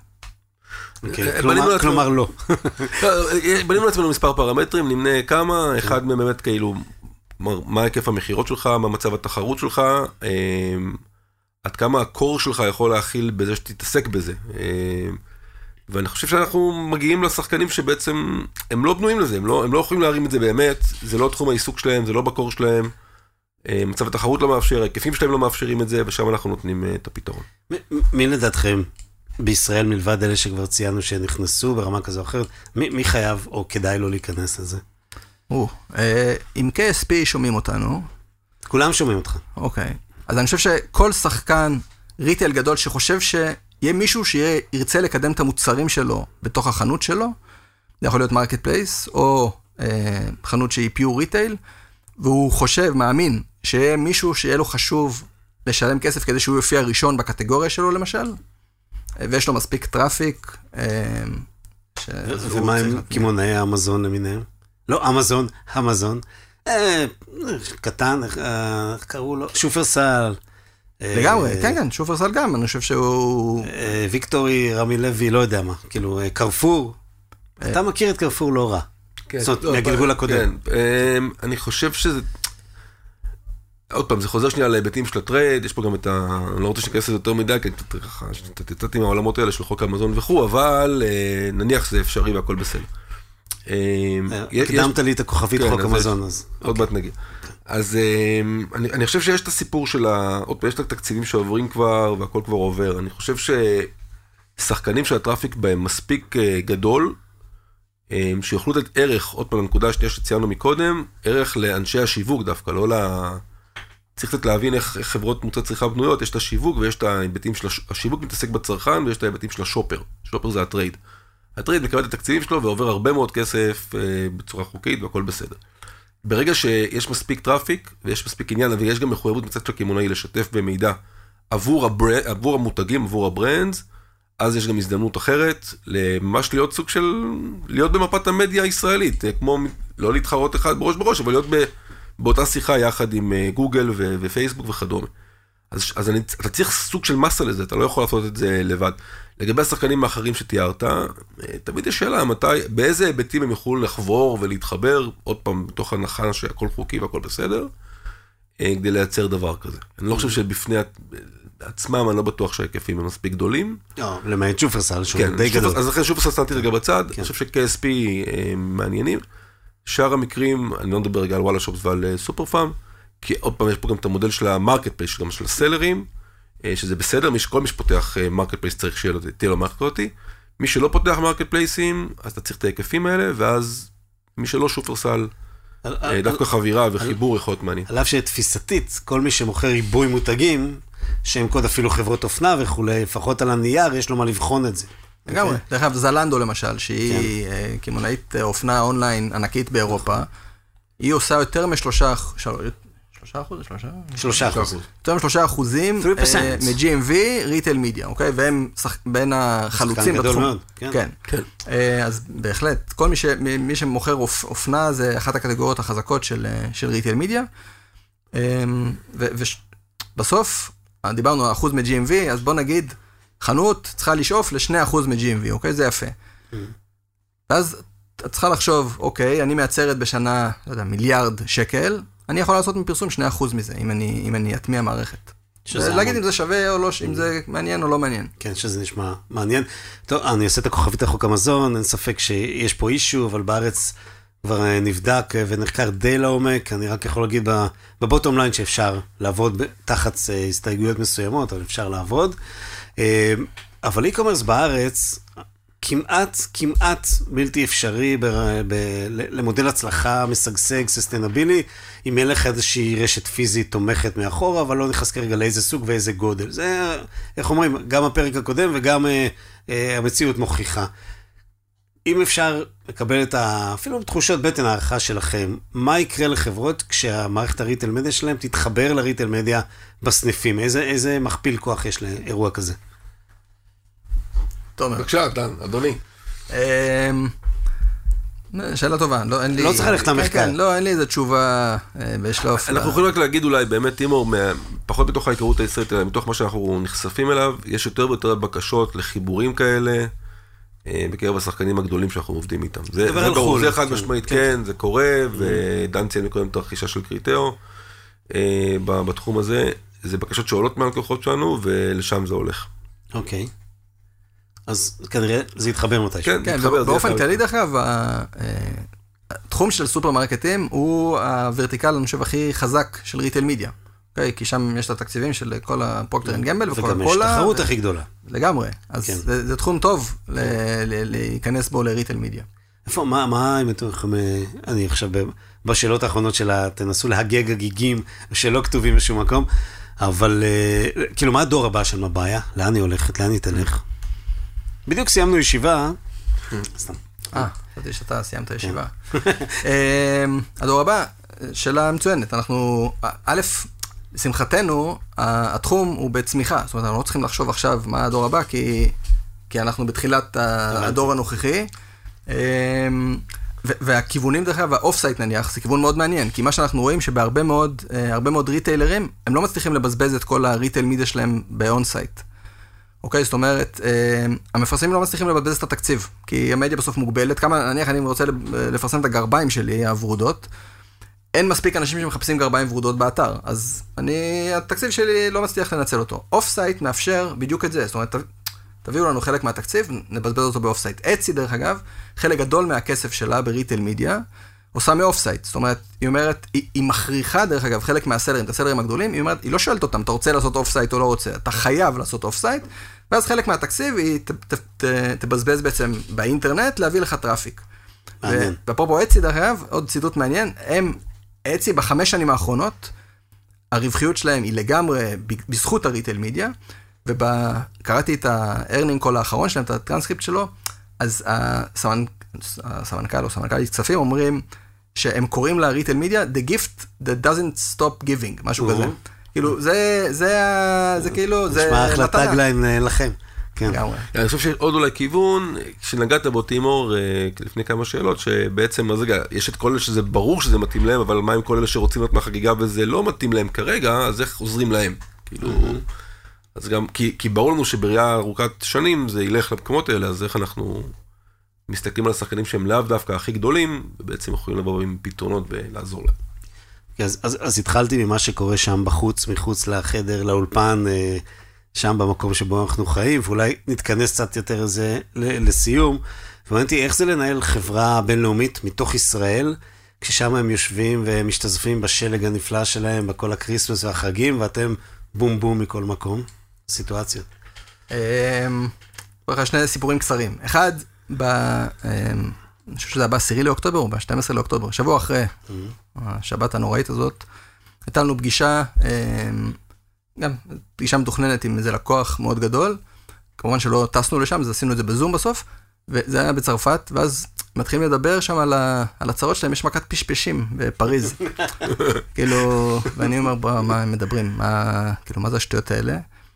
S2: כלומר לא.
S3: בנינו לעצמנו מספר פרמטרים, נמנה כמה, אחד מהם באמת כאילו, מה היקף המחירות שלך, מה מצב התחרות שלך, עד כמה הקור שלך יכול להכיל בזה שתתעסק בזה. ואני חושב שאנחנו מגיעים לשחקנים שבעצם הם לא בנויים לזה, הם לא יכולים להרים את זה באמת, זה לא תחום העיסוק שלהם, זה לא בקור שלהם, מצב התחרות לא מאפשר, ההיקפים שלהם לא מאפשרים את זה, ושם אנחנו נותנים את הפתרון.
S2: מי לדעתכם בישראל מלבד אלה שכבר ציינו שנכנסו ברמה כזו או אחרת, מי חייב או כדאי לו להיכנס לזה?
S1: עם KSP שומעים אותנו.
S2: כולם שומעים אותך.
S1: אוקיי. אז אני חושב שכל שחקן ריטייל גדול שחושב שיהיה מישהו שירצה לקדם את המוצרים שלו בתוך החנות שלו, זה יכול להיות מרקט פלייס, או חנות שהיא פיור ריטייל, והוא חושב, מאמין, שיהיה מישהו שיהיה לו חשוב לשלם כסף כדי שהוא יופיע ראשון בקטגוריה שלו למשל, ויש לו מספיק טראפיק.
S2: ומה עם כימונאי אמזון למיניהם? לא אמזון, אמזון. קטן, איך קראו לו? שופרסל.
S1: לגמרי, כן, כן, שופרסל גם, אני חושב שהוא...
S2: ויקטורי, רמי לוי, לא יודע מה, כאילו, קרפור. אתה מכיר את קרפור לא רע. זאת אומרת, מהגלגול הקודם.
S3: אני חושב שזה... עוד פעם, זה חוזר שנייה להיבטים של הטרייד, יש פה גם את ה... אני לא רוצה שניכנס לזה יותר מדי, כי אתה תצאתי עם העולמות האלה של חוק אמזון וכו', אבל נניח שזה אפשרי והכל בסדר.
S2: הקדמת לי את הכוכבית חוק אמזון, אז...
S3: עוד מעט נגיע. אז אני חושב שיש את הסיפור של עוד פעם, יש את התקציבים שעוברים כבר, והכל כבר עובר. אני חושב ששחקנים של הטראפיק בהם מספיק גדול, שיוכלו לתת ערך, עוד פעם, לנקודה השנייה שציינו מקודם, ערך לאנשי השיווק דווקא, לא צריך קצת להבין איך חברות מוצרי צריכה בנויות, יש את השיווק ויש את ההיבטים של השיווק מתעסק בצרכן, ויש את ההיבטים של השופר. שופר זה הטרייד. הטרייד מקבל את התקציבים שלו ועובר הרבה מאוד כסף בצורה חוקית והכל בסדר. ברגע שיש מספיק טראפיק ויש מספיק עניין, ויש גם מחויבות מצד של הקמעונאי לשתף במידע עבור המותגים, עבור הברנדס, אז יש גם הזדמנות אחרת, לממש להיות סוג של, להיות במפת המדיה הישראלית, כמו לא להתחרות אחד בראש, אבל להיות באותה שיחה יחד עם גוגל ופייסבוק וכדומה. אז אתה צריך סוג של מסה לזה, אתה לא יכול לעשות את זה לבד. לגבי השחקנים האחרים שתיארת, תמיד יש שאלה, באיזה היבטים הם יכולו לחבור ולהתחבר, עוד פעם, בתוך הנחה שהכל חוקי והכל בסדר, כדי לייצר דבר כזה. אני לא חושב שבפני, בעצמם אני לא בטוח שההיקפים הם מספיק גדולים.
S2: למעט שופרסל, שהוא די גדול.
S3: אז לכן שופרסל שמתי רגע בצד, אני חושב ש-KSP מעניינים. שאר המקרים, אני לא מדבר רגע על וואלה שופס ועל סופר פארם, כי עוד פעם יש פה גם את המודל של המרקט פלייס, גם של הסלרים, שזה בסדר, כל מי שפותח מרקט פלייס צריך שתהיה לו מערכת אותי. מי שלא פותח מרקט פלייסים, אז אתה צריך את ההיקפים האלה, ואז מי שלא שופרסל, דווקא חבירה וחיבור יכול להיות מעניין.
S2: על אף שתפיסתית, כל מי שמוכר ריבוי מותגים, שהם קוד אפילו חברות אופנה וכולי, לפחות על הנייר, יש לו מה לבחון את זה.
S1: לגמרי. דרך אגב, זלנדו למשל, שהיא כימונאית אופנה אונליין ענקית באירופה, היא עושה יותר מ3%, 3%? יותר מ3% מ-GMV ריטייל מידיה, אוקיי? והם בין החלוצים בתחום. כן. אז בהחלט, כל מי שמוכר אופנה, זה אחת הקטגוריות החזקות של ריטייל מידיה. ובסוף, דיברנו על אחוז מ-GMV, אז בוא נגיד, חנות צריכה לשאוף ל2% מ-GMV, אוקיי? זה יפה. ואז את צריכה לחשוב, אוקיי, אני מייצרת בשנה, לא יודע, מיליארד שקל, אני יכול לעשות מפרסום 2% מזה, אם אני אטמיע מערכת. להגיד אם זה שווה או לא, אם זה מעניין או לא מעניין.
S2: כן, שזה נשמע מעניין. טוב, אני אעשה את הכוכבית לחוק המזון, אין ספק שיש פה אישו, אבל בארץ כבר נבדק ונחקר די לעומק, אני רק יכול להגיד בבוטום ליין שאפשר לעבוד תחת הסתייגויות מסוימות, אבל אפשר לעבוד. אבל אי-קומרס בארץ כמעט בלתי אפשרי למודל הצלחה משגשג, ססטנבילי, אם אין לך איזושהי רשת פיזית תומכת מאחורה, אבל לא נכנס כרגע לאיזה סוג ואיזה גודל. זה, איך אומרים, גם הפרק הקודם וגם המציאות מוכיחה. אם אפשר לקבל את אפילו תחושות בטן הערכה שלכם, מה יקרה לחברות כשהמערכת הריטל מדיה שלהם תתחבר לריטל מדיה בסניפים? איזה מכפיל כוח יש לאירוע כזה?
S3: בבקשה, דן, אדוני.
S1: שאלה טובה.
S2: לא צריך ללכת למחקר.
S1: לא, אין לי איזו תשובה בשלוף.
S3: אנחנו יכולים רק להגיד אולי, באמת, תימור, פחות בתוך ההיכרות הישראלית, אלא מתוך מה שאנחנו נחשפים אליו, יש יותר ויותר בקשות לחיבורים כאלה, בקרב השחקנים הגדולים שאנחנו עובדים איתם. זה חד משמעית, כן, זה קורה, ודן ציין מקודם את הרכישה של קריטאו, בתחום הזה, זה בקשות שעולות מהלקוחות שלנו, ולשם זה הולך.
S2: אוקיי. אז כנראה זה יתחבר מתי.
S1: כן, באופן כללי דרך אגב, התחום של סופרמרקטים הוא הוורטיקל, אני חושב, הכי חזק של ריטייל מידיה. כי שם יש את התקציבים של כל הפרוקטר אנד גמבל וקוקה קולה.
S2: וגם יש תחרות הכי גדולה.
S1: לגמרי. אז זה תחום טוב להיכנס בו לריטייל מידיה.
S2: איפה, מה, אני עכשיו בשאלות האחרונות שלה, תנסו להגג הגיגים שלא כתובים בשום מקום, אבל כאילו, מה הדור הבא של מבעיה? לאן היא הולכת? לאן היא תלך? בדיוק סיימנו ישיבה.
S1: סתם. חשבתי שאתה סיימת ישיבה. הדור הבא, שאלה מצוינת. אנחנו, א', לשמחתנו, התחום הוא בצמיחה. זאת אומרת, אנחנו לא צריכים לחשוב עכשיו מה הדור הבא, כי אנחנו בתחילת הדור הנוכחי. והכיוונים דרך אגב, האוף-סייט נניח, זה כיוון מאוד מעניין, כי מה שאנחנו רואים שבהרבה מאוד ריטיילרים, הם לא מצליחים לבזבז את כל הריטייל מידיה שלהם באון-סייט. אוקיי, זאת אומרת, המפרסמים לא מצליחים לבזבז את התקציב, כי המדיה בסוף מוגבלת. כמה, נניח, אני רוצה לפרסם את הגרביים שלי, הוורודות, אין מספיק אנשים שמחפשים גרביים ורודות באתר, אז התקציב שלי לא מצליח לנצל אותו. אוף-סייט מאפשר בדיוק את זה, זאת אומרת, תביאו לנו חלק מהתקציב, נבזבז אותו באוף-סייט. אצי, דרך אגב, חלק גדול מהכסף שלה בריטייל מידיה, עושה מאוף-סייט. זאת אומרת, היא אומרת, היא מכריחה, דרך אגב, חלק מהסלרים, את הסלרים הגדולים, היא אומרת, היא לא שואלת אותם, אתה רוצה לעשות אוף-סייט או לא רוצה, אתה חייב לעשות אוף-סייט, ואז חלק מהתקציב היא תבזבז בעצם באינטרנט, להביא לך טראפיק. ואפרופו אצי, דרך אגב, עוד ציטוט מעניין, אצי ב5 שנים האחרונות, הרווחיות שלהם היא לגמרי בזכות הריטייל מידיה, וקראתי את הארנינג קול האחרון שלהם, את הטרנסקריפט שלו, אז הסמנכ"ל או סמנכ"לית כספים אומרים שהם קוראים לריטייל מידיה the gift that doesn't stop giving, משהו כזה. כאילו, זה כאילו, זה
S2: נשמע אחלה טאגליין לכם.
S3: אני חושב שעוד אולי כיוון, כשנגעת בו תימור לפני כמה שאלות, שבעצם, אז רגע, יש את כל אלה שזה ברור שזה מתאים להם, אבל מה עם כל אלה שרוצים להיות מהחגיגה וזה לא מתאים להם כרגע, אז איך עוזרים להם? כאילו, אז גם, כי ברור לנו שבראייה ארוכת שנים זה ילך למקומות האלה, אז איך אנחנו מסתכלים על השחקנים שהם לאו דווקא הכי גדולים, ובעצם יכולים לבוא עם פתרונות ולעזור להם.
S2: אז התחלתי ממה שקורה שם בחוץ, מחוץ לחדר, לאולפן, שם במקום שבו אנחנו חיים, ואולי נתכנס קצת יותר לסיום. ומעניינתי, איך זה לנהל חברה בינלאומית מתוך ישראל, כששם הם יושבים ומשתזפים בשלג הנפלא שלהם, בכל הקריסמס והחגים, ואתם בום בום מכל מקום? סיטואציות.
S1: שני סיפורים קצרים. אחד, אני חושב שזה היה ב10 לאוקטובר או ב12 לאוקטובר, שבוע אחרי השבת הנוראית הזאת, הייתה לנו פגישה, גם פגישה מתוכננת עם איזה לקוח מאוד גדול, כמובן שלא טסנו לשם, אז עשינו את זה בזום בסוף, וזה היה בצרפת, ואז מתחילים לדבר שם על הצרות שלהם, יש מכת פשפשים בפריז. כאילו, ואני אומר, מה הם מדברים? מה זה השטויות האלה?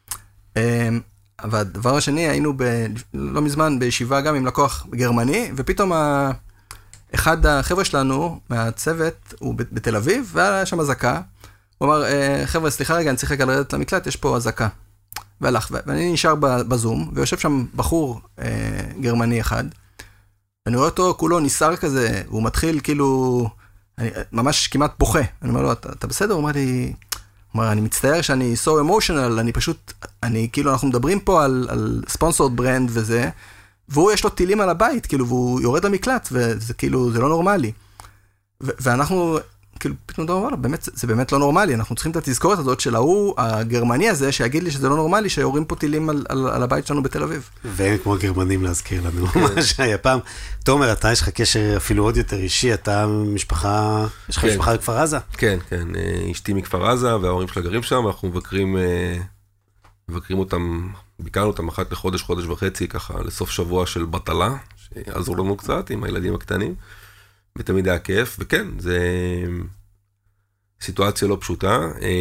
S1: והדבר השני, היינו לא מזמן בישיבה גם עם לקוח גרמני, ופתאום אחד החבר'ה שלנו מהצוות הוא בתל אביב, והיה שם אזעקה. הוא אמר, חבר'ה, סליחה רגע, אני צריך רגע לרדת למקלט, יש פה אזעקה. והלך, ואני נשאר בזום, ויושב שם בחור גרמני אחד, ואני רואה אותו כולו ניסר כזה, והוא מתחיל כאילו, ממש כמעט בוכה. אני אומר לו, אתה בסדר? הוא אומר לי, אני מצטער שאני so emotional, אני פשוט, כאילו אנחנו מדברים פה על sponsored brand וזה, והוא יש לו טילים על הבית, כאילו, והוא יורד למקלט, וזה כאילו, זה לא נורמלי. ואנחנו, כאילו, פתאום דבר, באמת, זה באמת לא נורמלי, אנחנו צריכים את התזכורת הזאת של ההוא, הגרמני הזה, שיגיד לי שזה לא נורמלי, שיורים פה טילים על הבית שלנו בתל אביב.
S2: והם כמו גרמנים להזכיר לנו, מה שהיה פעם. תומר, אתה יש לך קשר אפילו עוד יותר אישי, אתה משפחה, יש לך משפחה בכפר עזה?
S3: כן, כן, אשתי מכפר עזה, וההורים שלה גרים שם, אנחנו מבקרים אותם, ביקרנו אותם אחת לחודש, חודש וחצי, ככה לסוף שבוע של בטלה, שיעזור לנו קצת עם הילדים הקטנים. ותמיד היה כיף, וכן, זה סיטואציה לא פשוטה,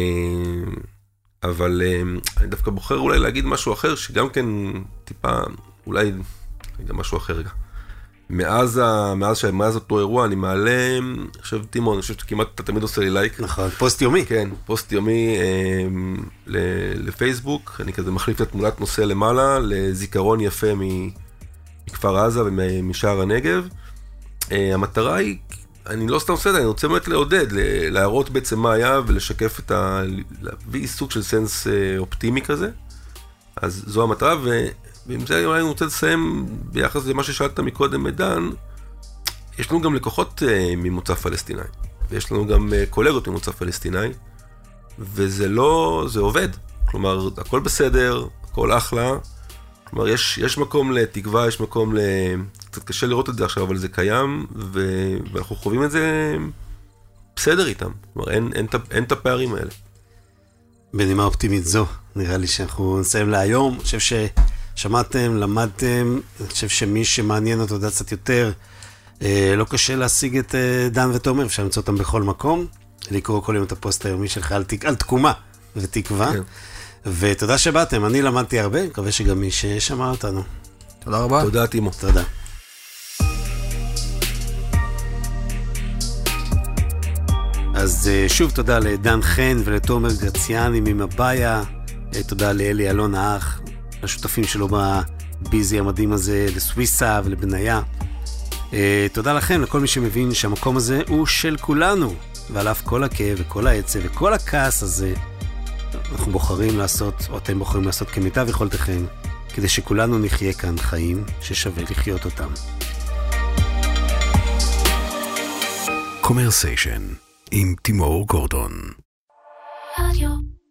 S3: אבל אני דווקא בוחר אולי להגיד משהו אחר, שגם כן טיפה, אולי גם משהו אחר רגע. מאז אותו אירוע, אני מעלה, אני חושב, טימון, אני חושב שכמעט אתה תמיד עושה לי לייק.
S2: נכון, פוסט יומי.
S3: כן, פוסט יומי לפייסבוק, אני כזה מחליף את תמונת נושא למעלה, לזיכרון יפה מכפר עזה ומשער הנגב. המטרה היא, אני לא סתם עושה את זה, אני רוצה באמת לעודד, להראות בעצם מה היה ולשקף להביא סוג של סנס אופטימי כזה. אז זו המטרה, ועם זה אני רוצה לסיים ביחס למה ששאלת מקודם מדן, יש לנו גם לקוחות ממוצא פלסטיני, ויש לנו גם קולגות ממוצא פלסטיני, וזה לא, זה עובד. כלומר, הכל בסדר, הכל אחלה, כלומר, יש מקום לתקווה, יש מקום קצת קשה לראות את זה עכשיו, אבל זה קיים, ואנחנו חווים את זה בסדר איתם. כלומר, אין את הפערים האלה.
S2: בנימה אופטימית זו, נראה לי שאנחנו נסיים להיום. אני חושב ששמעתם, למדתם, אני חושב שמי שמעניין אותו יודע קצת יותר, לא קשה להשיג את דן ותומר, אפשר למצוא אותם בכל מקום, לקרוא כל יום את הפוסט היומי שלך על תקומה ותקווה. כן. ותודה שבאתם, אני למדתי הרבה, מקווה שגם מי ששמע אותנו.
S1: תודה רבה.
S3: תודה, טימו.
S2: תודה. אז שוב תודה לדן חן ולתומר גרציאני ממבאיה, תודה לאלי אלון האח, השותפים שלו בביזי המדהים הזה, לסוויסה ולבניה. תודה לכם, לכל מי שמבין שהמקום הזה הוא של כולנו, ועל אף כל הכאב וכל העצב וכל הכעס הזה, אנחנו בוחרים לעשות, או אתם בוחרים לעשות כמיטב יכולתכם, כדי שכולנו נחיה כאן חיים ששווה לחיות אותם.
S4: קומרסיישן עם תימור גורדון. רדיו